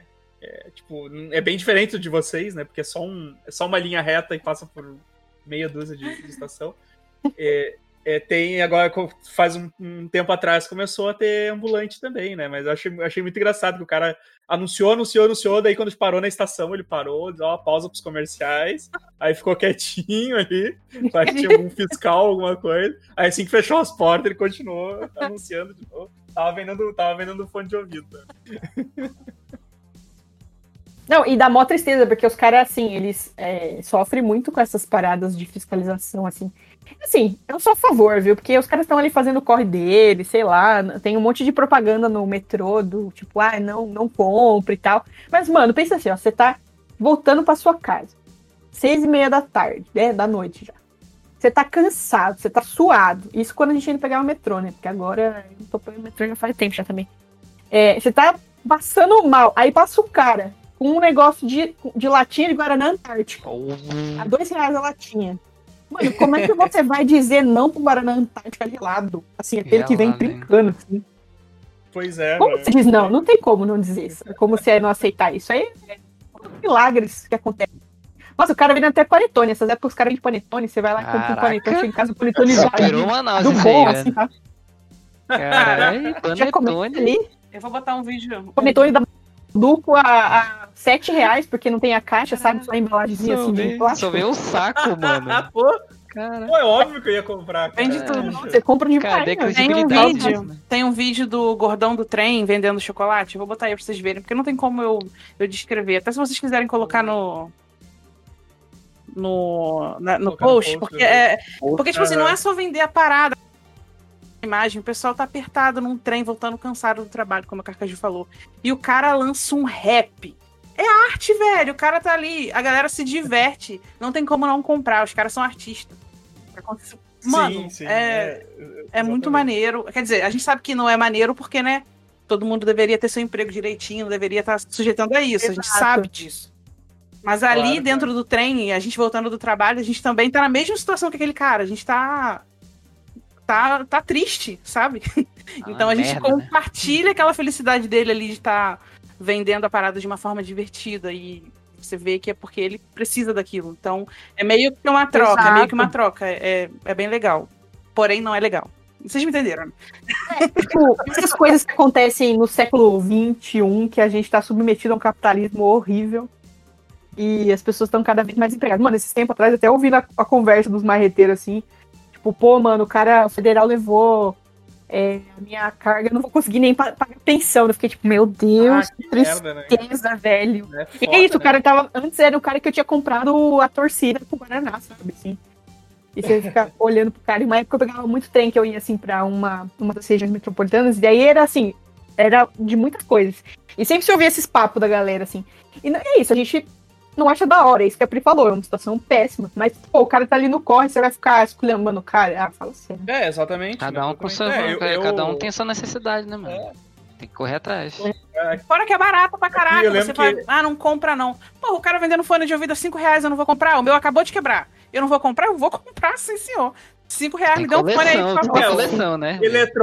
é bem diferente de vocês, né? Porque é só uma linha reta e passa por meia dúzia de estação. Tem agora, faz um tempo atrás, começou a ter ambulante também, né? Mas eu achei muito engraçado que o cara anunciou, daí quando parou na estação, ele parou, deu uma pausa pros comerciais, aí ficou quietinho ali, parece que tinha algum fiscal, alguma coisa, aí assim que fechou as portas, ele continuou anunciando de novo. Tava vendendo fone de ouvido. Né? Não, e dá mó tristeza, porque os caras, assim, eles sofrem muito com essas paradas de fiscalização, assim. Assim, eu sou a favor, viu? Porque os caras estão ali fazendo o corre deles, sei lá, tem um monte de propaganda no metrô do tipo, não compre e tal. Mas, mano, pensa assim, ó, você tá voltando pra sua casa, 6:30 da tarde, da noite já. Você tá cansado, você tá suado. Isso quando a gente ainda pegava o metrô, né? Porque agora eu não tô pegando o metrô já faz tempo já também. Você tá passando mal, aí passa o cara com um negócio de latinha de Guaraná Antártica. A R$2 a latinha. Mano, como é que você vai dizer não pro Guaraná Antártica gelado? Assim, aquele que vem trincando, assim. Pois é. Como você diz não? Não tem como não dizer isso. Como você não aceitar isso? Aí milagres que acontecem. Nossa, o cara vem até panetone. Essas épocas os caras vendem panetone. Você vai lá e compra um panetone, chega em casa, o panetone já do bom, assim, tá? Caralho, panetone ali. Eu vou botar um vídeo. Panetone da duplo a R$7, porque não tem a caixa, sabe? Só a embalagemzinha assim de plástico. Só veio um saco, mano. Pô, Cara, Pô, é óbvio que eu ia comprar, cara. Vende tudo. Você compra demais, cadê a né? Tem um credibilidade vídeo, disso, né? tem um vídeo do gordão do trem vendendo chocolate. Eu vou botar aí pra vocês verem, porque não tem como eu descrever. Até se vocês quiserem colocar no Colocar no post, post, porque tipo assim, não é só vender a parada, a imagem, o pessoal tá apertado num trem, voltando cansado do trabalho, como a Carcaju falou. E o cara lança um rap. É arte, velho. O cara tá ali, a galera se diverte. Não tem como não comprar, os caras são artistas. Mano, sim, é muito exatamente. maneiro. Quer dizer, a gente sabe que não é maneiro porque, né, todo mundo deveria ter seu emprego direitinho, não deveria estar sujeitando a isso. A gente Exato. sabe disso. Mas ali Claro, dentro do trem, a gente voltando do trabalho, a gente também tá na mesma situação que aquele cara. A gente tá triste, sabe? Então a gente merda, né? compartilha aquela felicidade dele ali de estar vendendo a parada de uma forma divertida e você vê que é porque ele precisa daquilo. Então é meio que uma troca, Exato. é meio que uma troca. É bem legal. Porém, não é legal. Vocês me entenderam, né? Tipo, essas coisas que acontecem no século XXI, que a gente tá submetido a um capitalismo horrível e as pessoas estão cada vez mais empregadas. Mano, esses tempos atrás, até ouvindo a conversa dos marreteiros assim, tipo, pô, mano, o federal levou a minha carga, eu não vou conseguir nem pagar pensão. Eu fiquei tipo, meu Deus, que merda, né? tristeza, velho. É E foda, é isso, o né? cara tava. Antes era o cara que eu tinha comprado a torcida com o Guaraná, sabe? Assim. E você fica olhando pro cara. E uma época eu pegava muito trem que eu ia assim pra uma das regiões metropolitanas, e daí era assim, era de muitas coisas. E sempre se ouvia esses papos da galera, assim. E é isso, a gente não acha da hora, é isso que a Pri falou, é uma situação péssima. Mas, pô, o cara tá ali no corre, você vai ficar esculhambando o cara. Ah, fala sério. É, exatamente. Cada um com exatamente. seu. Cada um tem sua necessidade, né, mano? Tem que correr atrás. Fora que é barato pra caraca. eu lembro Você fala, não compra não. Pô, o cara vendendo fone de ouvido a R$5, eu não vou comprar. O meu acabou de quebrar. Eu não vou comprar? Eu vou comprar, sim, senhor. R$5, Tem me dá um fone aí, por coleção, tem favor. coleção, né?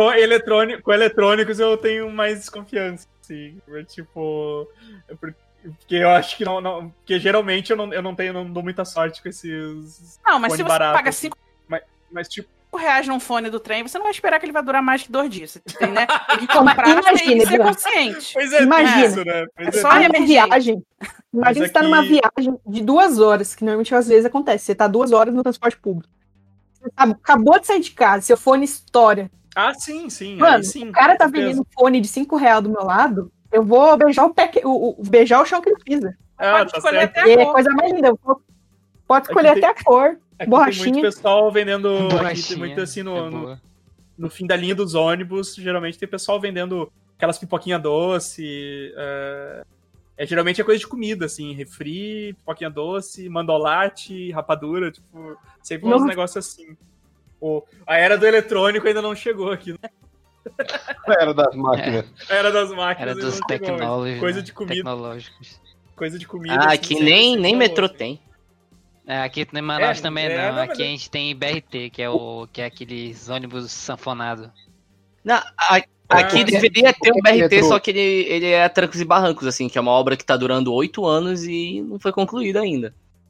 Com eletrônicos eu tenho mais desconfiança, assim. Tipo. Porque eu acho que não. Porque geralmente eu não dou muita sorte com esses. Não, mas fone se você barato, paga assim. R$5 Mas, tipo. num fone do trem, você não vai esperar que ele vai durar mais que 2 dias. Você tem, né? Tem que comprar, tem Imagina, que ser Bruno. consciente. Pois é, Imagina. isso, né? Pois É só Tá numa emergente. viagem. Imagina Mas você tá numa aqui- viagem de 2 horas, que normalmente às vezes acontece. Você tá 2 horas no transporte público. Você acabou de sair de casa, seu fone estoura. Ah, sim. Mano, aí sim, o cara tá com certeza. vendendo fone de R$5 do meu lado, eu vou beijar o pé, beijar o chão que ele pisa. Pode tá escolher certo. até E a é cor. coisa mais linda. Pode escolher Aqui até a cor. Aqui tem borrachinha. muito pessoal vendendo. Aqui tem Borrachinha, muito assim é no boa. fim da linha dos ônibus. Geralmente tem pessoal vendendo aquelas pipoquinha doce. Geralmente é coisa de comida, assim, refri, pipoquinha doce, mandolate, rapadura, tipo, sempre uns Nossa. negócios assim. A era do eletrônico ainda não chegou aqui. Né? Era das máquinas. A era das máquinas Era ainda dos não chegou, mas tecnológicos. coisa né? de comida. Tecnológicos. Coisa de comida. Ah, assim, aqui sempre nem rolou, metrô assim. tem. Aqui em Manaus também não. não, Aqui mas- a gente tem BRT, que é aqueles ônibus sanfonados. Não, aqui Ah, deveria ter um BRT, metrô. só que ele é a trancos e barrancos, assim, que é uma obra que tá durando 8 anos e não foi concluída ainda.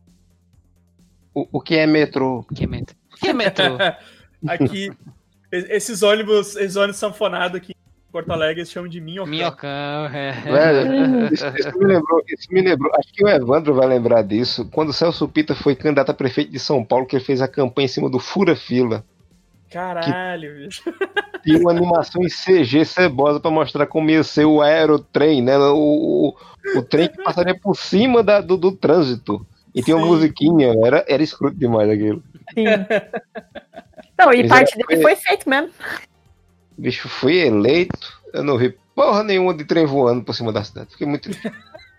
O que é metrô? Que é metrô? Que é metrô? Aqui, esses ônibus sanfonados aqui em Porto Alegre, eles chamam de minhocão. Minhocão, Velho, isso me lembrou. Acho que o Evandro vai lembrar disso. Quando o Celso Pita foi candidato a prefeito de São Paulo, que ele fez a campanha em cima do Fura-Fila. Caralho, bicho. Tinha uma animação em CG cebosa pra mostrar como ia ser o aerotrem, né? O trem que passaria por cima do trânsito. E tinha uma Sim. musiquinha, era escroto demais aquilo. Sim. Não, e Mas parte era- dele foi feito mesmo. O bicho foi eleito, eu não vi porra nenhuma de trem voando por cima da cidade. Fiquei muito triste.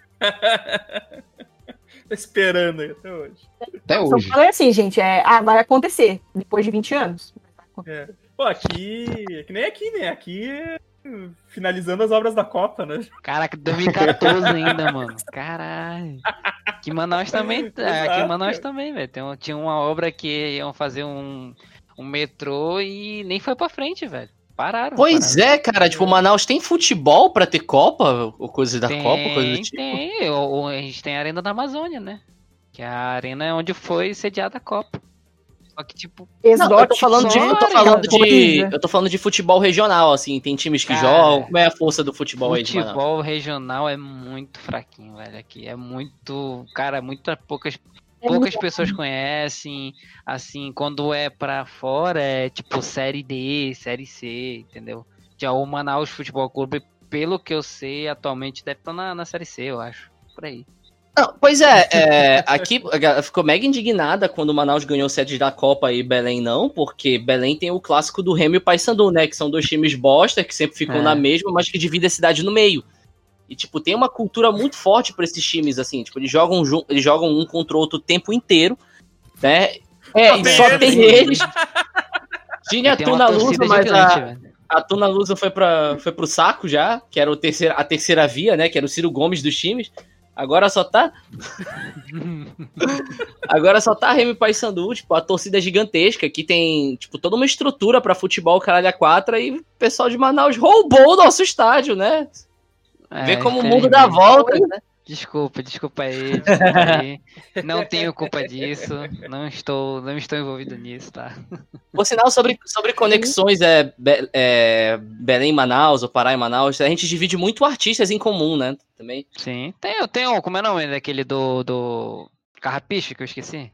Tô esperando aí até hoje. Até São hoje. Paulo é assim, gente. Vai acontecer depois de 20 anos. Pô, aqui. Que nem aqui, né? Aqui finalizando as obras da Copa, né? Caraca, 2014 ainda, mano. Caralho. Aqui em Manaus também. Aqui em Manaus também, velho. Tinha uma obra que iam fazer um metrô e nem foi pra frente, velho. Pararam. Pois é, cara, tipo, Manaus tem futebol pra ter Copa, ou coisa da Copa, coisa do tipo. Tem. A gente tem a Arena da Amazônia, né? Que é a arena onde foi sediada a Copa. Só que, tipo, Exótico. Não, eu tô falando de, coisa. eu tô falando de futebol regional, assim, tem times que Cara, jogam. Como é a força do futebol aí de Manaus? futebol regional é muito fraquinho, velho. Aqui é muito. Cara, muito poucas. poucas pessoas conhecem, assim, quando é pra fora é tipo Série D, Série C, entendeu? Já o Manaus Futebol Clube, pelo que eu sei, atualmente deve estar na Série C, eu acho, por aí. Não, pois aqui a galera ficou mega indignada quando o Manaus ganhou sede da Copa e Belém não, porque Belém tem o clássico do Remo e o Paysandu, né, que são dois times bosta, que sempre ficam na mesma, mas que dividem a cidade no meio. E, tipo, tem uma cultura muito forte pra esses times, assim, tipo, eles jogam um contra o outro o tempo inteiro, né, e só tem eles. Tinha a Tuna Lusa, mas a Tuna Lusa foi pro saco já, que era a terceira via, né, que era o Ciro Gomes dos times. Agora só tá Remo e Paysandu, tipo, a torcida é gigantesca, que tem, tipo, toda uma estrutura pra futebol, caralho, a 4, e o pessoal de Manaus roubou o nosso estádio, né? Vê como o mundo dá volta, né? Desculpa aí. Não tenho culpa disso. Não estou envolvido nisso, tá? Por sinal, sobre conexões Belém e Manaus, ou Pará e Manaus, a gente divide muito artistas em comum, né? Também. Sim. Tem como é o nome daquele do Carrapicho, que eu esqueci?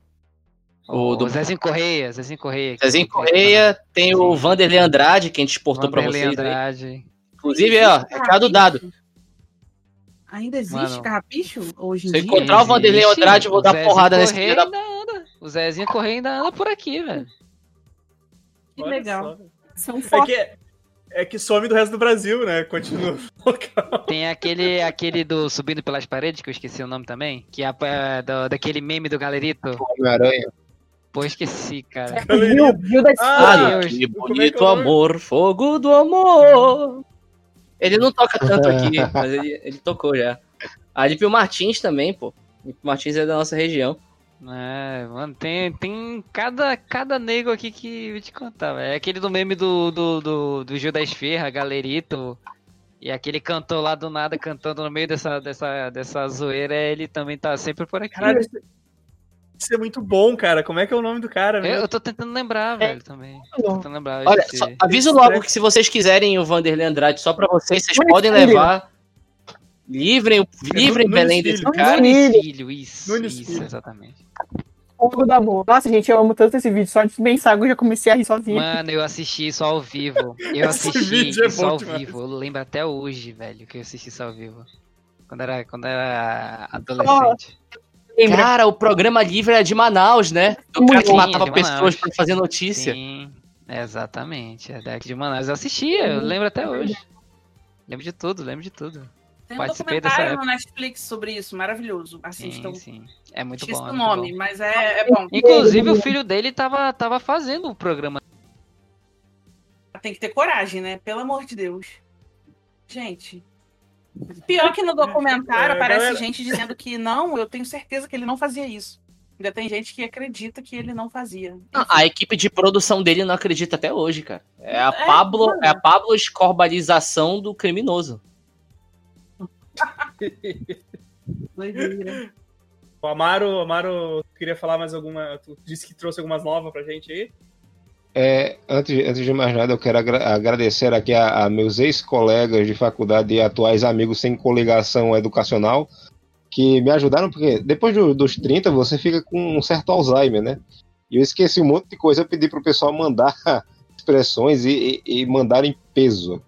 O Zezinho Correia. Zezinho Correia, tem o Vanderlei Andrade, que a gente exportou pra vocês. Andrade. Inclusive, recado dado. Ainda existe Carrapicho hoje em dia? Se eu dia? encontrar o Vanderlei Andrade, eu vou dar porrada nesse filho da... O Zezinho Correia ainda anda por aqui, velho. Que legal. São é que some do resto do Brasil, né? Continua local. Tem aquele do Subindo Pelas Paredes, que eu esqueci o nome também, que é daquele meme do Galerito. Homem-Aranha. Pô, esqueci, cara. Viu da que bonito amor, fogo do amor. Ele não toca tanto aqui, mas ele tocou já. A Lípio Martins também, pô. Lípio Martins é da nossa região. Mano, tem cada nego aqui que vou te contar, velho. É aquele do meme do Gil da Esfirra, Galerito. E aquele cantor lá do nada cantando no meio dessa zoeira, ele também tá sempre por aqui. Caralho, isso é muito bom, cara. Como é que é o nome do cara? Eu tô tentando lembrar, velho, também. Olha, aviso logo que se vocês quiserem o Vanderlei Andrade só pra vocês podem levar. Livrem Belém desse cara. Nunes Filho, isso, exatamente. Fogo do amor. Nossa, gente, eu amo tanto esse vídeo. Só de pensar, eu já comecei a rir sozinho. Mano, eu assisti isso ao vivo. Eu lembro até hoje, velho, que eu assisti isso ao vivo. Quando era adolescente. Cara, o programa livre é de Manaus, né? O cara que matava pessoas pra fazer notícia. Sim, exatamente. É daqui de Manaus. Eu assistia, eu lembro até hoje. Lembro de tudo. Tem um documentário no Netflix sobre isso, maravilhoso. Assistam. Sim. É muito bom. Esqueci o nome, mas é bom. Inclusive, o filho dele tava fazendo o programa. Tem que ter coragem, né? Pelo amor de Deus. Gente... Pior que no documentário aparece gente dizendo que não, eu tenho certeza que ele não fazia isso. Ainda tem gente que acredita que ele não fazia. A equipe de produção dele não acredita até hoje, cara. É a Pablo escorbalização do criminoso. O Amaro queria falar mais alguma. Tu disse que trouxe algumas novas pra gente aí? Antes de mais nada, eu quero agradecer aqui a meus ex-colegas de faculdade e atuais amigos sem coligação educacional que me ajudaram, porque depois dos 30 você fica com um certo Alzheimer, né? E eu esqueci um monte de coisa, eu pedi pro pessoal mandar expressões e mandar em peso.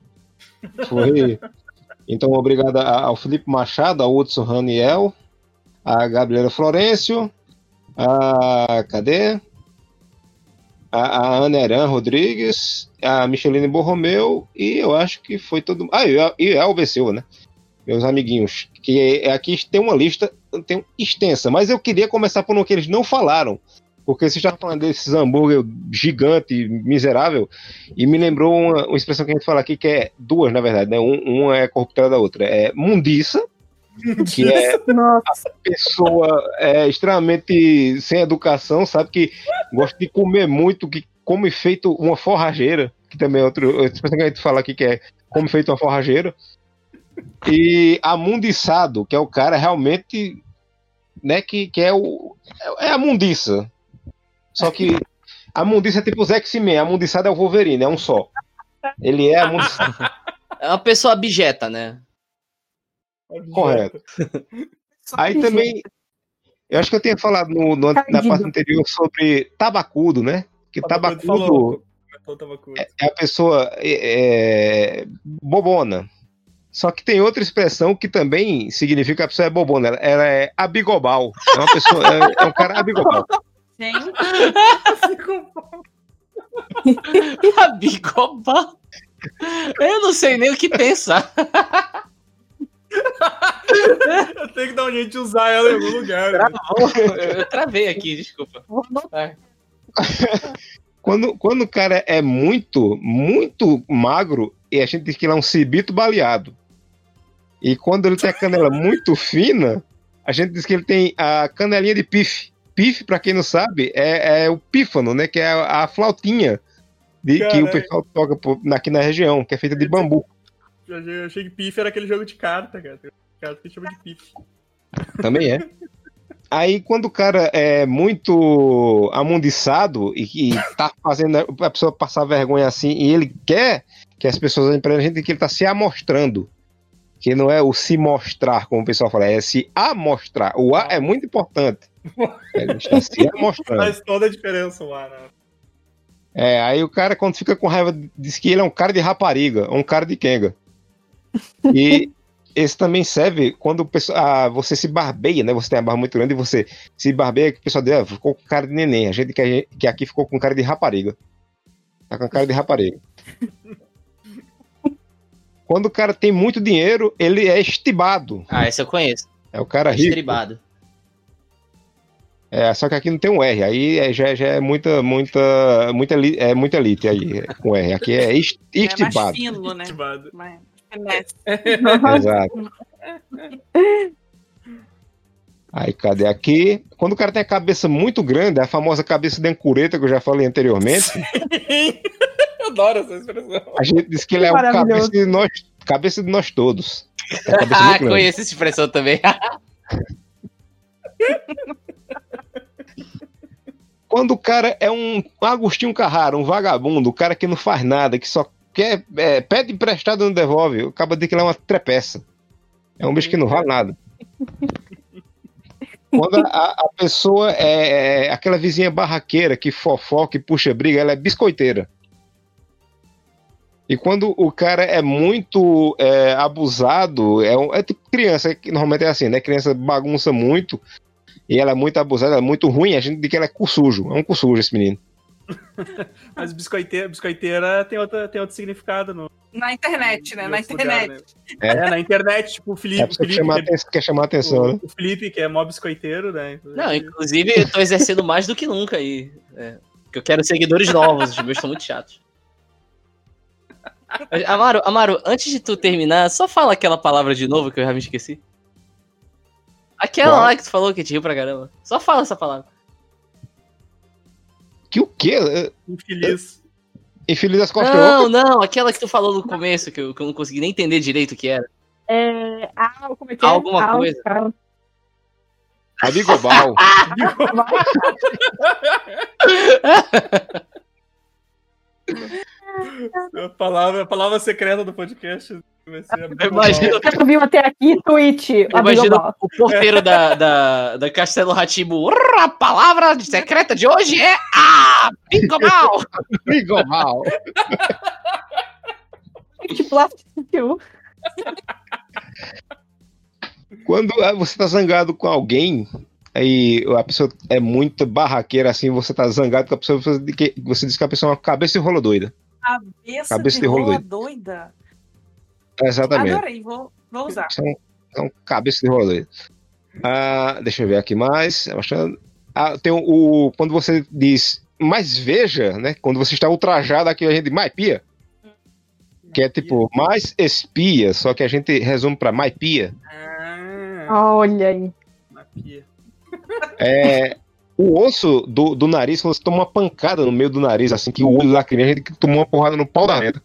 Então, obrigado ao Felipe Machado, ao Hudson Raniel, a Gabriela Florencio, cadê? A Ana Eran Rodrigues, a Micheline Borromeu e eu acho que foi todo... e a Alves Silva, né? Meus amiguinhos. Que aqui tem uma lista extensa, mas eu queria começar por um que eles não falaram. Porque você já falando desses hambúrguer gigante, miserável, e me lembrou uma expressão que a gente fala aqui, que é duas, na verdade, né? Uma é corruptela da outra. É mundiça, que é a pessoa extremamente sem educação, sabe, que gosta de comer muito, que come feito uma forrageira, que também é outra expressão que a gente fala aqui, que é come feito uma forrageira, e amundiçado, que é o cara realmente, né, que é a mundiça, só que a mundiça é tipo o X-Men, a amundiçado é o Wolverine, é um só, ele é amundiçado. É uma pessoa abjeta, né? Correto. Aí também Eu acho que eu tinha falado na parte anterior sobre tabacudo, né? Que tabacudo é a pessoa bobona. Só que tem outra expressão que também significa que a pessoa é bobona. Ela é abigobal. É uma pessoa, é um cara abigobal. Gente, Abigobal. Eu não sei nem o que pensar. eu tenho que dar um jeito de usar ela em algum lugar. Né? Eu travei aqui, desculpa. Quando o cara é muito, muito magro, e a gente diz que ele é um cibito baleado. E quando ele tem a canela muito fina, a gente diz que ele tem a canelinha de pife. Pife, pra quem não sabe, é o pífano, né? Que é a flautinha que o pessoal toca aqui na região, que é feita de bambu. Eu achei que pife era aquele jogo de carta, cara. Tem carta que chama de pife. Também é. Aí, quando o cara é muito amundiçado e tá fazendo a pessoa passar vergonha assim, e ele quer que as pessoas olhem pra ele, a gente diz que ele tá se amostrando. Que não é o se mostrar, como o pessoal fala, é se amostrar. O A é muito importante. Ele está se amostrando. Faz toda a diferença lá, né? Aí o cara, quando fica com raiva, diz que ele é um cara de rapariga, um cara de quenga. E esse também serve quando você se barbeia, né? Você tem a barba muito grande e você se barbeia, que o pessoal diz, ficou com cara de neném. A gente que aqui ficou com cara de rapariga. Tá com cara de rapariga. Quando o cara tem muito dinheiro, ele é estibado. Ah, esse eu conheço. É o cara rico. Estribado. Só que aqui não tem um R, aí já é muita elite aí, com R. Aqui é estibado. É mais fino, né? Estibado. Mais Exato. Aí, cadê aqui? Quando o cara tem a cabeça muito grande, a famosa cabeça de ancureta que eu já falei anteriormente. Eu adoro essa expressão. A gente diz que ele é o cabeça de nós todos. Conheço essa expressão também. Quando o cara é um Agostinho Carrara, um vagabundo, o cara que não faz nada, que só quer, pede emprestado e não devolve, acaba de que ele é uma trepeça. É um bicho que não vale nada. Quando a pessoa é aquela vizinha barraqueira que fofoca, que puxa briga, ela é biscoiteira. E quando o cara é muito abusado, é tipo criança, que normalmente é assim, né? Criança bagunça muito, e ela é muito abusada, ela é muito ruim, a gente diz que ela é cu sujo. É um cu sujo esse menino. Mas biscoiteira tem outro significado na internet, né? Na internet. Lugar, né? Na internet, tipo o Felipe. Quer chamar a atenção, né? O Felipe, que é mó biscoiteiro, né? Não, inclusive eu tô exercendo mais do que nunca aí. Porque eu quero seguidores novos, os meus estão muito chatos. Amaro, antes de tu terminar, só fala aquela palavra de novo que eu já me esqueci. Aquela lá que tu falou que te riu pra caramba. Só fala essa palavra. Que o quê? Infeliz. Infeliz das costas. Não, aquela que tu falou no começo, que eu não consegui nem entender direito o que era. Como é que é? Alguma coisa. Abigobal. A palavra secreta do podcast vai ser Imagina. Eu vi até aqui, tweet. Imagina o porteiro da Castelo Rá-Tim-Bum. A palavra secreta de hoje é Abigobal. Abigobal. Tipo, quando você tá zangado com alguém, aí a pessoa é muito barraqueira, assim, você tá zangado com a pessoa, você diz que a pessoa é uma cabeça de rolo doida. Cabeça de rola doida? Exatamente. Adorei, vou usar. São cabeça de rolo doida. Deixa eu ver aqui mais. Tem quando você diz mais veja, né? Quando você está ultrajado, aqui a gente diz mais pia. Que é tipo, mais espia, só que a gente resume pra mais pia. Olha aí. Pia. O osso do nariz, quando você toma uma pancada no meio do nariz, assim, que o olho lacrimeja, a gente tomou uma porrada no pau da reta.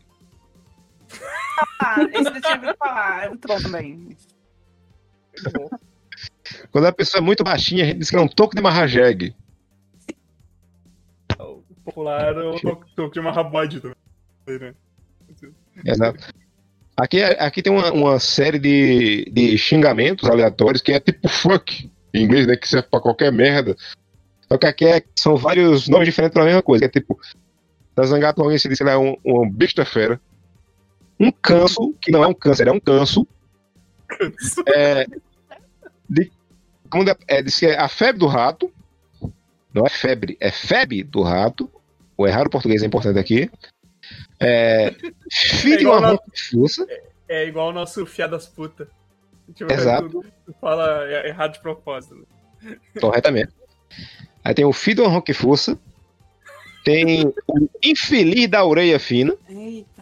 Esse eu tinha ouvido falar, é muito bom também. Muito bom. Quando a pessoa é muito baixinha, a gente diz que é um toco de marrajegue. O popular é o toco de uma rabode também, né? Exato. Aqui tem uma série de xingamentos aleatórios que é tipo fuck. em inglês, né, que serve pra qualquer merda. Só que aqui são vários nomes diferentes pra mesma coisa. É tipo, tá zangado com alguém, se diz, sei lá, um besta fera. Um canso, que não é um câncer, é um canso. Diz que é a febre do rato. Não é febre, é febre do rato. O errado o português é importante aqui. Filho de uma ronca fuça. É igual o nosso fiado das putas. Exato. Tu fala errado de propósito. Né? Corretamente. Aí tem o filho de uma ronca fuça. Tem o infeliz da orelha fina. Eita.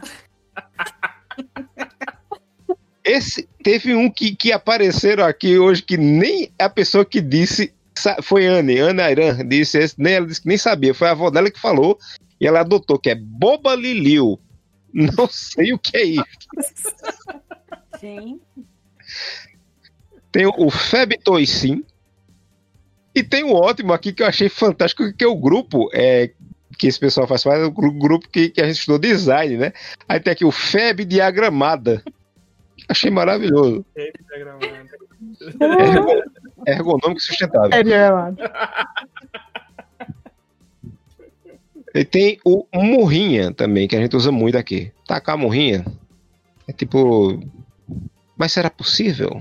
Esse teve um que apareceram aqui hoje que nem a pessoa que disse foi Ana Airan, disse esse, nem ela disse que nem sabia, foi a avó dela que falou e ela adotou, que é Boba Liliu. Não sei o que é isso. Sim. Tem o Febitoicin e tem um ótimo aqui que eu achei fantástico, que é o grupo que esse pessoal faz parte, é o grupo que a gente estudou design, né? Aí tem aqui o Feb Diagramada. Achei maravilhoso. Ergonômico e sustentável. E tem o Murrinha também, que a gente usa muito aqui. Tacar a murrinha é tipo... Mas será possível?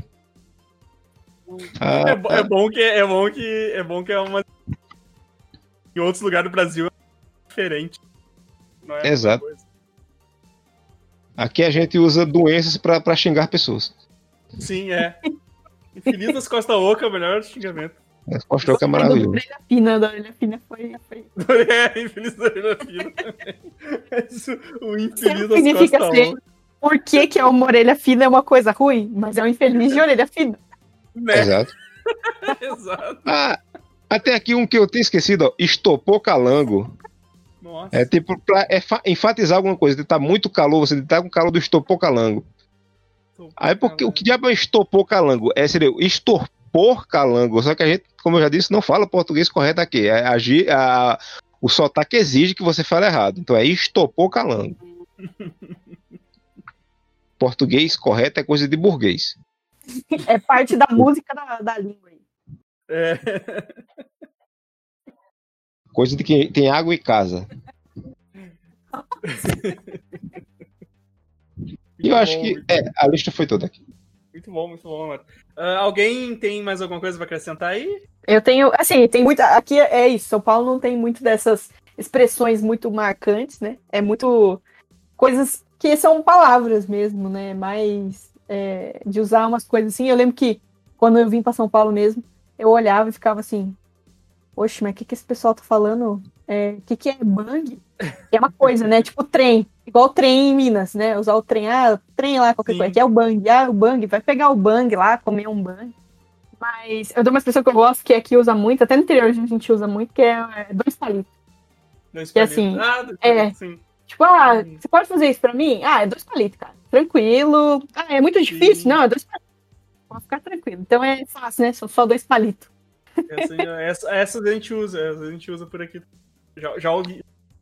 É bom que é uma... Em outros lugares do Brasil é diferente. Não é exato. Coisa. Aqui a gente usa doenças pra xingar pessoas. Sim, é. Infeliz das Costas Oca, o melhor xingamento. As Costas Oca é maravilhoso. Da orelha fina foi. Infeliz da orelha fina também. O infeliz das Costas Oca. Por que é uma orelha fina é uma coisa ruim, mas é um infeliz de orelha fina. Né? Exato. Exato. Até aqui um que eu tinha esquecido, ó. Estopou calango. Nossa. É tipo pra enfatizar alguma coisa. Tá muito calor, você tá com calor do estopor calango. Aí porque o que diabo é estopor calango? Seria estorpor calango. Só que a gente, como eu já disse, não fala português correto aqui. O sotaque exige que você fale errado. Então é estopor calango. Português correto é coisa de burguês. É parte da música da língua aí. Coisa de quem tem água e casa. E eu acho que a lista foi toda aqui. Muito bom, mano. Alguém tem mais alguma coisa pra acrescentar aí? Eu tenho, assim, tem muita. Aqui é isso, São Paulo não tem muito dessas expressões muito marcantes, né? É muito coisas que são palavras mesmo, né? Mais de usar umas coisas assim. Eu lembro que quando eu vim pra São Paulo mesmo, eu olhava e ficava assim, oxe, mas o que esse pessoal tá falando? O que é bang? É uma coisa, né? Tipo trem. Igual trem em Minas, né? Usar o trem. Trem lá, qualquer coisa. Que é o bang. O bang. Vai pegar o bang lá, comer um bang. Mas eu dou uma expressão que eu gosto, que aqui usa muito, até no interior a gente usa muito, que é 2 palitos. 2 palitos. Que assim, sim. Tipo, você pode fazer isso pra mim? É 2 palitos, cara. Tranquilo. É muito difícil? Sim. Não, é 2 palitos. Pode ficar tranquilo. Então é fácil, né? São só 2 palitos. Essas a gente usa por aqui. Já ouvi.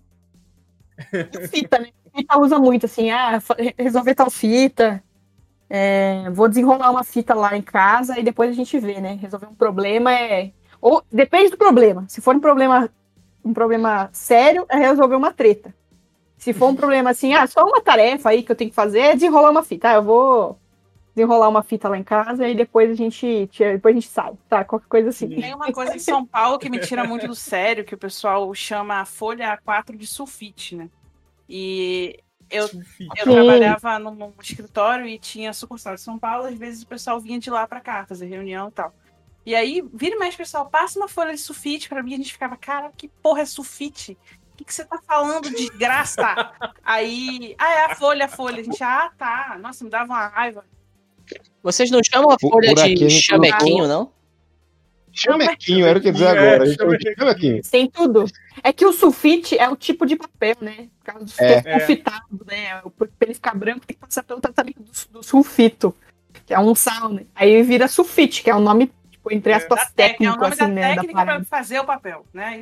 Fita, né? Fita usa muito, assim, resolver tal fita. Vou desenrolar uma fita lá em casa e depois a gente vê, né? Resolver um problema ou depende do problema. Se for um problema sério, é resolver uma treta. Se for um problema assim, só uma tarefa aí que eu tenho que fazer, é desenrolar uma fita. Eu vou desenrolar uma fita lá em casa e depois a gente sai, tá? Qualquer coisa assim. Tem uma coisa em São Paulo que me tira muito do sério, que o pessoal chama a folha A4 de sulfite, né? E eu trabalhava num escritório e tinha sucursal de São Paulo, às vezes o pessoal vinha de lá pra cá fazer reunião e tal. E aí, vira e mexe, pessoal, passa uma folha de sulfite pra mim, a gente ficava, cara, que porra é sulfite? O que você tá falando, desgraça? Aí, é a folha. A gente, tá. Nossa, me dava uma raiva. Vocês não chamam a folha de chamequinho, não? Chamequinho, era o que eu ia dizer agora. Chamequinho. Tem tudo. É que o sulfite é o tipo de papel, né? Por causa do sulfitado, né? Pra ele ficar branco, tem que passar pelo tratamento do sulfito, que é um sal, né? Aí vira sulfite, que é um nome, tipo, entre aspas, técnico, é o nome assim, da né? técnica pra fazer o papel, né?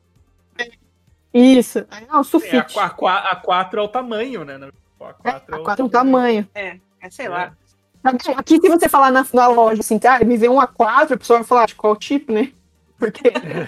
Isso. Aí, sulfite. A 4 é o tamanho, né? A 4 é o tamanho. Sei lá. Aqui, se você falar na loja assim, me vê um A4, a pessoa vai falar de qual tipo, né? Porque.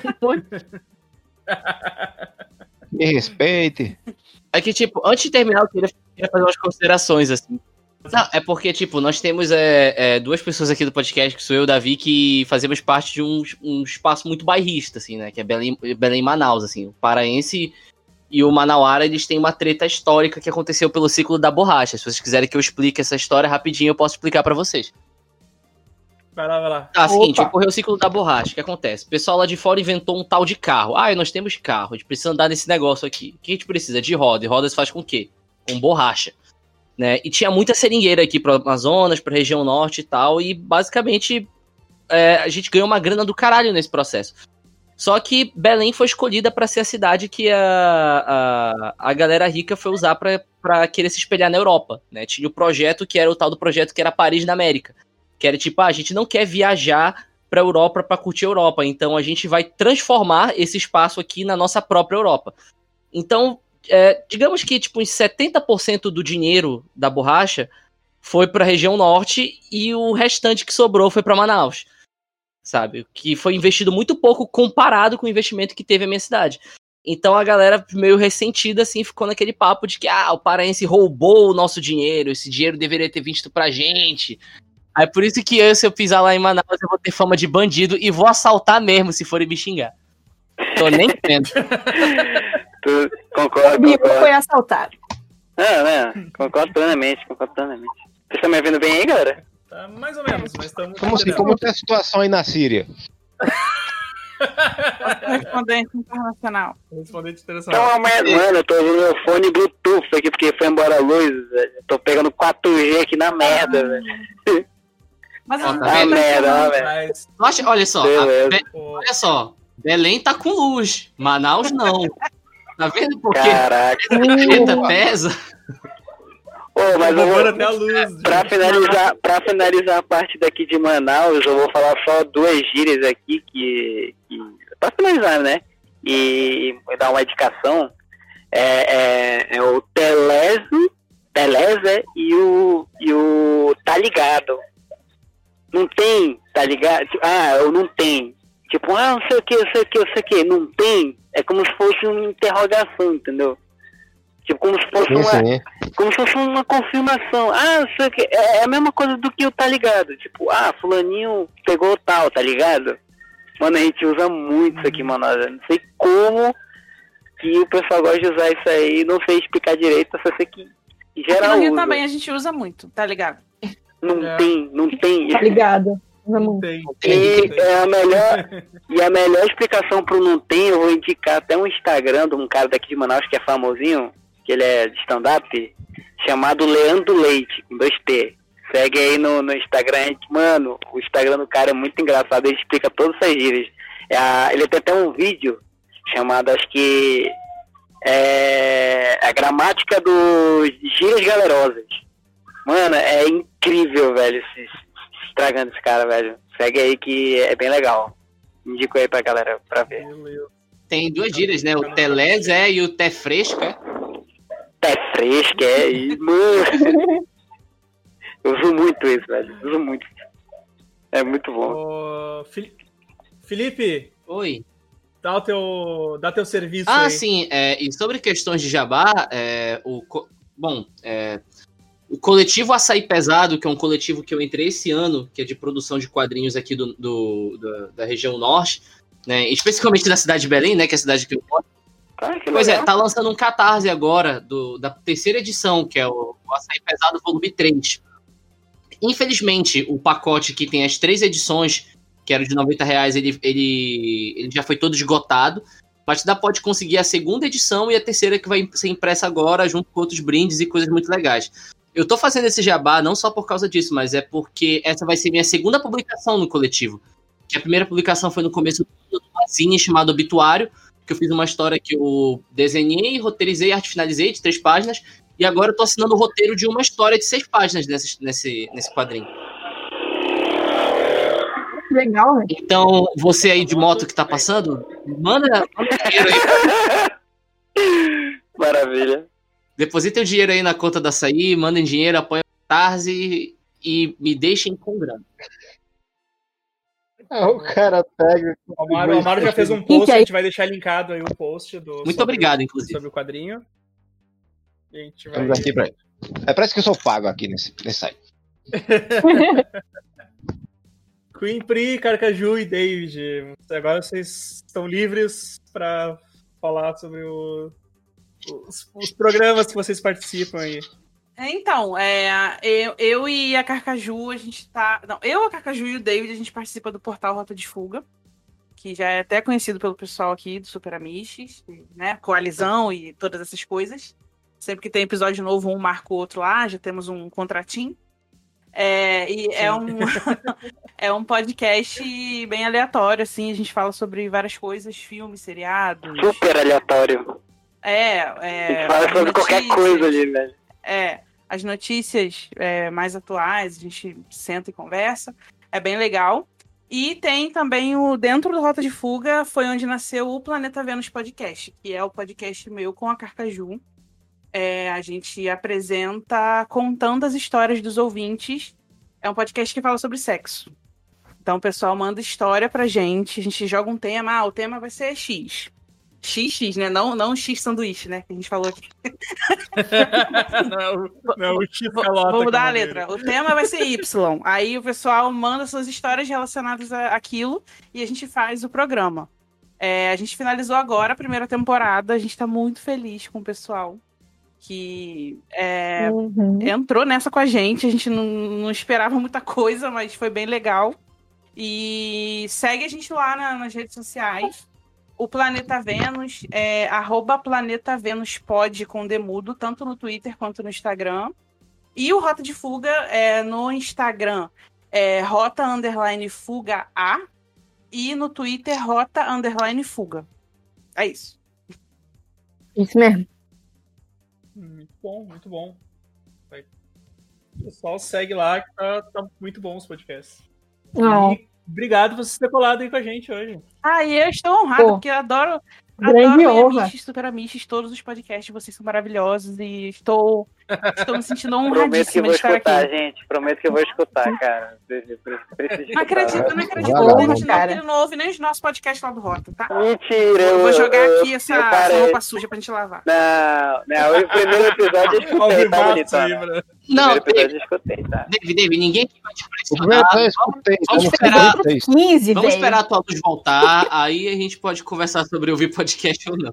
Me respeite. É que, tipo, antes de terminar, eu queria fazer umas considerações, assim. Não, é porque, tipo, nós temos duas pessoas aqui do podcast, que sou eu e o Davi, que fazemos parte de um espaço muito bairrista, assim, né? Que é Belém e Manaus, assim. O paraense e o manauara, eles têm uma treta histórica que aconteceu pelo ciclo da borracha. Se vocês quiserem que eu explique essa história rapidinho, eu posso explicar pra vocês. Vai lá. Tá, seguinte, ocorreu o ciclo da borracha. O que acontece? O pessoal lá de fora inventou um tal de carro. Ah, nós temos carro, a gente precisa andar nesse negócio aqui. O que a gente precisa? De roda. E roda se faz com o quê? Com borracha. Né? E tinha muita seringueira aqui pro Amazonas, pra região norte e tal, e basicamente a gente ganhou uma grana do caralho nesse processo. Só que Belém foi escolhida para ser a cidade que a galera rica foi usar para querer se espelhar na Europa. Né? Tinha o projeto que era o tal do projeto que era Paris da América. Que era tipo, a gente não quer viajar pra Europa para curtir a Europa, então a gente vai transformar esse espaço aqui na nossa própria Europa. Então, digamos que tipo, uns 70% do dinheiro da borracha foi para a região norte e o restante que sobrou foi para Manaus, sabe? Que foi investido muito pouco comparado com o investimento que teve a minha cidade. Então a galera meio ressentida assim ficou naquele papo de que o paraense roubou o nosso dinheiro, esse dinheiro deveria ter vindo pra gente. Aí por isso que se eu pisar lá em Manaus eu vou ter fama de bandido e vou assaltar mesmo se forem me xingar. Tô nem vendo. Concordo. Foi assaltado. Concordo plenamente. Vocês estão me vendo bem aí, galera? Tá mais ou menos, mas estamos... Como assim? Como tá a situação aí na Síria? Correspondente internacional. Correspondente internacional. Então, mano, eu tô usando meu fone Bluetooth aqui porque foi embora a luz, velho. Tô pegando 4G aqui na merda, velho. Mas merda. Olha só, Belém tá com luz, Manaus não. Tá vendo por quê? Caraca. Essa pesa. Mas eu vou, até a luz. pra finalizar a parte daqui de Manaus, eu vou falar só duas gírias aqui que pra finalizar, né? E dar uma indicação. É o Teleza e o tá ligado. Não tem, tá ligado? Eu não tem. Tipo, não sei o que. Não tem. É como se fosse uma interrogação, entendeu? Tipo, como se fosse uma confirmação. Não sei o que. É a mesma coisa do que o tá ligado. Tipo, fulaninho pegou tal, tá ligado? Mano, a gente usa muito isso aqui, mano. Eu não sei como que o pessoal gosta de usar isso aí. Não sei explicar direito, só sei que geral no Rio usa. também a gente usa muito, tá ligado? Não tem. Tá ligado. Não tem. E a melhor explicação pro não tem, eu vou indicar até um Instagram de um cara daqui de Manaus que é famosinho, que ele é de stand-up, chamado Leandro Leite, com 2T. Segue aí no Instagram, mano, o Instagram do cara é muito engraçado, ele explica todas essas gírias. Ele tem até um vídeo chamado, acho que a gramática dos gírias galerosas. Mano, é incrível, velho, estragando esse cara, velho. Segue aí que é bem legal. Indico aí pra galera pra ver. Tem duas gírias, né? O Telés e o Té Fresca. Té Fresca, mano. Eu uso muito isso, velho. Uso muito. É muito bom. Felipe. Oi. Dá teu serviço aí. Sim. E sobre questões de jabá, o coletivo Açaí Pesado, que é um coletivo que eu entrei esse ano, que é de produção de quadrinhos aqui da região norte, né, especificamente da cidade de Belém, né, que é a cidade que eu moro. Pois é, tá lançando um catarse agora da terceira edição, que é o Açaí Pesado volume 3. Infelizmente, o pacote que tem as 3 edições, que era de R$90, ele já foi todo esgotado, mas ainda pode conseguir a segunda edição e a terceira que vai ser impressa agora, junto com outros brindes e coisas muito legais. Eu tô fazendo esse jabá não só por causa disso, mas é porque essa vai ser minha segunda publicação no coletivo. Que a primeira publicação foi no começo do fanzine chamado Obituário, que eu fiz uma história que eu desenhei, roteirizei, arte finalizei de 3 páginas, e agora eu tô assinando o roteiro de uma história de 6 páginas nesse quadrinho. Legal, né? Então, você aí de moto que tá passando, manda dinheiro aí. Maravilha. Deposita o dinheiro aí na conta da Açaí, mandem dinheiro, apoiem o Tarzi e me deixem com grana. O cara pega. O Amaro já fez um Quem post, que é? a gente vai deixar linkado aí um post Muito obrigado, inclusive. sobre o quadrinho. E a gente vai... Vamos aqui pra ele. Parece que eu sou pago aqui nesse site. Queen Pri, Carcaju e David. Agora vocês estão livres para falar sobre os programas que vocês participam aí. Então, eu e a Carcaju, a gente tá. Não, eu, a Carcaju e o David, a gente participa do portal Rota de Fuga, que já é até conhecido pelo pessoal aqui do Super Amiches, né? Coalizão e todas essas coisas. Sempre que tem episódio novo, um marca o outro lá, já temos um contratinho. É um podcast bem aleatório, assim, a gente fala sobre várias coisas, filmes, seriados. Super aleatório. A gente fala sobre qualquer coisa ali, velho. As notícias mais atuais, a gente senta e conversa. É bem legal. E tem também dentro do Rota de Fuga, foi onde nasceu o Planeta Vênus Podcast, que é o podcast meu com a Carcaju. A gente apresenta contando as histórias dos ouvintes. É um podcast que fala sobre sexo. Então o pessoal manda história pra gente, a gente joga um tema, o tema vai ser X. XX, né? Não X sanduíche, né? Que a gente falou aqui. não, o X calota. Vamos mudar a letra. O tema vai ser Y. Aí o pessoal manda suas histórias relacionadas àquilo e a gente faz o programa. A gente finalizou agora a primeira temporada, a gente tá muito feliz com o pessoal que entrou nessa com a gente não esperava muita coisa, mas foi bem legal. E segue a gente lá nas redes sociais. O Planeta Vênus é @PlanetaVênusPod com Demudo, tanto no Twitter quanto no Instagram. E o Rota de Fuga no Instagram Rota_Fuga A e no Twitter Rota_Fuga. É isso. Isso mesmo. Muito bom, muito bom. O pessoal segue lá que tá muito bom os podcasts. Não. E obrigado por você ter colado aí com a gente hoje. E eu estou honrada, porque eu adoro grande honra. Super Amiches, todos os podcasts, vocês são maravilhosos e estou me sentindo Prometo que honradíssima vou de estar escutar, aqui. gente. Prometo que eu vou escutar, cara. Não acredito. Valeu, Porque cara. ele não ouve nem os nossos podcasts lá do Rota, tá? Mentira, Eu vou jogar aqui essa parei. roupa suja pra gente lavar. Não, o primeiro episódio eu escutei, tá bonitão. aí, Né? Bruno. Não, O primeiro episódio eu escutei, tá? David, ninguém aqui vai te O primeiro pressionar. eu escutei, Vamos eu não esperar. sei vocês. 15, Vamos velho. esperar a tua luz voltar, aí a gente pode conversar sobre ouvir podcast ou não.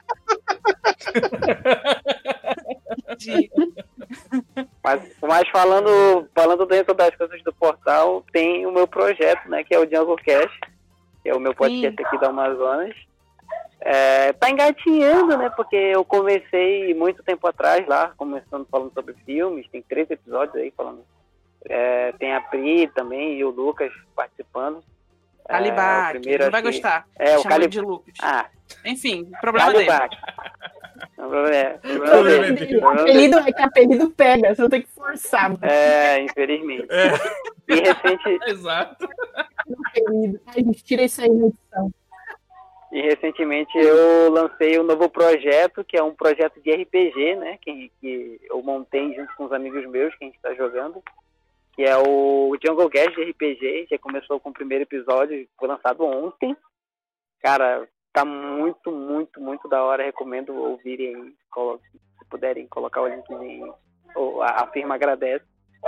Mas falando dentro das coisas do portal, tem o meu projeto, né, que é o Jungle Cast, que é o meu podcast aqui do Amazonas. Tá engatinhando, né, porque eu comecei muito tempo atrás lá, começando falando sobre filmes, tem 3 episódios aí falando. Tem a Pri também e o Lucas participando. Calibac, não vai gostar. O Chamando de Lucas. Enfim, problema dele. Calibac. Problema dele. Apelido pega, você não tem que forçar. Infelizmente. Exato. Apelido. A gente tira isso aí na edição. E recentemente eu lancei um novo projeto, que é um projeto de RPG, né? Que eu montei junto com os amigos meus que a gente tá jogando. Que é o Jungle Cast de RPG, já começou com o primeiro episódio, foi lançado ontem. Cara, tá muito, muito, muito da hora, recomendo ouvirem, se puderem colocar o linkzinho, a firma agradece.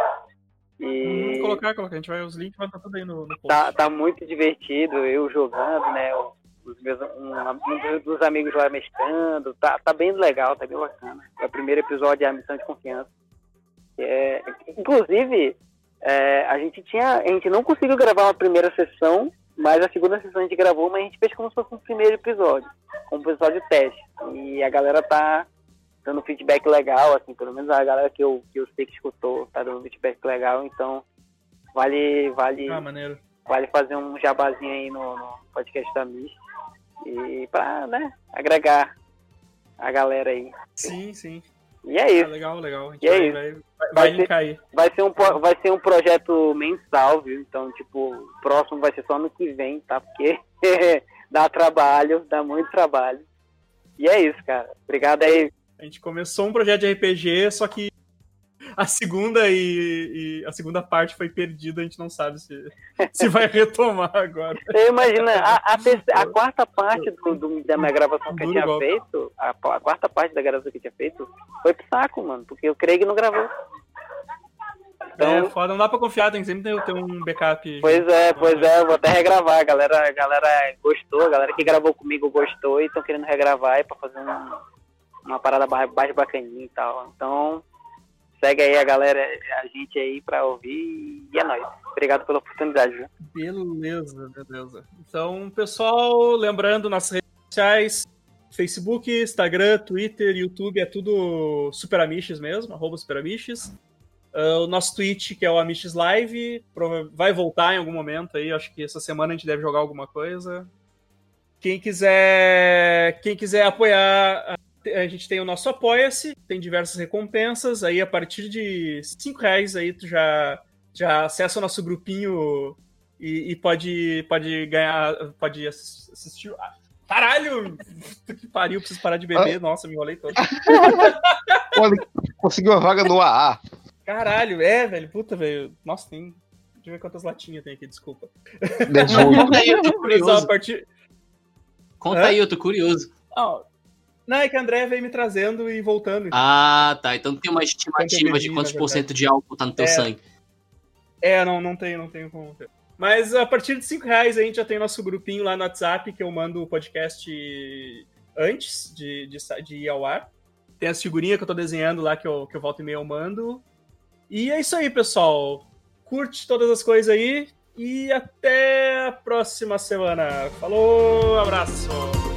E Colocar, a gente vai, os links vai estar tudo aí no post. tá muito divertido, eu jogando, né, um dos amigos lá mestrando, tá bem legal, tá bem bacana. O primeiro episódio é a missão de confiança. Inclusive, a gente não conseguiu gravar uma primeira sessão, mas a segunda sessão a gente gravou, mas a gente fez como se fosse um primeiro episódio, um episódio teste. E a galera tá dando feedback legal, assim, pelo menos a galera que eu sei que escutou tá dando feedback legal, então vale Maneiro. vale fazer um jabazinho aí no podcast da Miss e pra, né, agregar a galera aí. Sim. E é isso. Legal. A gente E é vai linkar aí. Vai ser um projeto mensal, viu? Então, tipo, o próximo vai ser só no que vem, tá? Porque dá muito trabalho. E é isso, cara. Obrigado aí. A gente começou um projeto de RPG, só que a segunda e a segunda parte foi perdida, a gente não sabe se vai retomar agora. Eu imagino, a quarta parte da minha gravação que eu tinha feito, a quarta parte da gravação que eu tinha feito, foi pro saco, mano, porque o Craig não gravou. Então, foda, não dá pra confiar, tem que sempre ter um backup. Pois é, eu vou até regravar, a galera gostou, a galera que gravou comigo gostou e estão querendo regravar aí pra fazer uma parada mais bacaninha e tal. Então, segue aí a galera, a gente aí pra ouvir e é nóis. Obrigado pela oportunidade, viu? Beleza. Então, pessoal, lembrando, nossas redes sociais, Facebook, Instagram, Twitter, YouTube, é tudo Super Amiches mesmo, @SuperAmiches. O nosso Twitch, que é o Amiches Live, vai voltar em algum momento aí, acho que essa semana a gente deve jogar alguma coisa. Quem quiser apoiar, a gente tem o nosso Apoia-se, tem diversas recompensas, aí a partir de R$5 aí tu já acessa o nosso grupinho e pode ganhar, pode assistir... Caralho! Que pariu, preciso parar de beber, nossa, me enrolei todo. Conseguiu uma vaga no AA. Caralho, velho, puta, velho. Nossa, deixa eu ver quantas latinhas tem aqui, desculpa. Conta aí, eu tô curioso. Conta aí, eu tô curioso. Não, é que a André veio me trazendo e voltando. Ah, tá. Então tem uma estimativa de quantos por cento de álcool tá no teu sangue. Não tenho como ter. Mas a partir de R$5 a gente já tem nosso grupinho lá no WhatsApp, que eu mando o podcast antes de ir ao ar. Tem as figurinhas que eu tô desenhando lá, que eu volto e meia eu mando. E é isso aí, pessoal. Curte todas as coisas aí e até a próxima semana. Falou, abraço!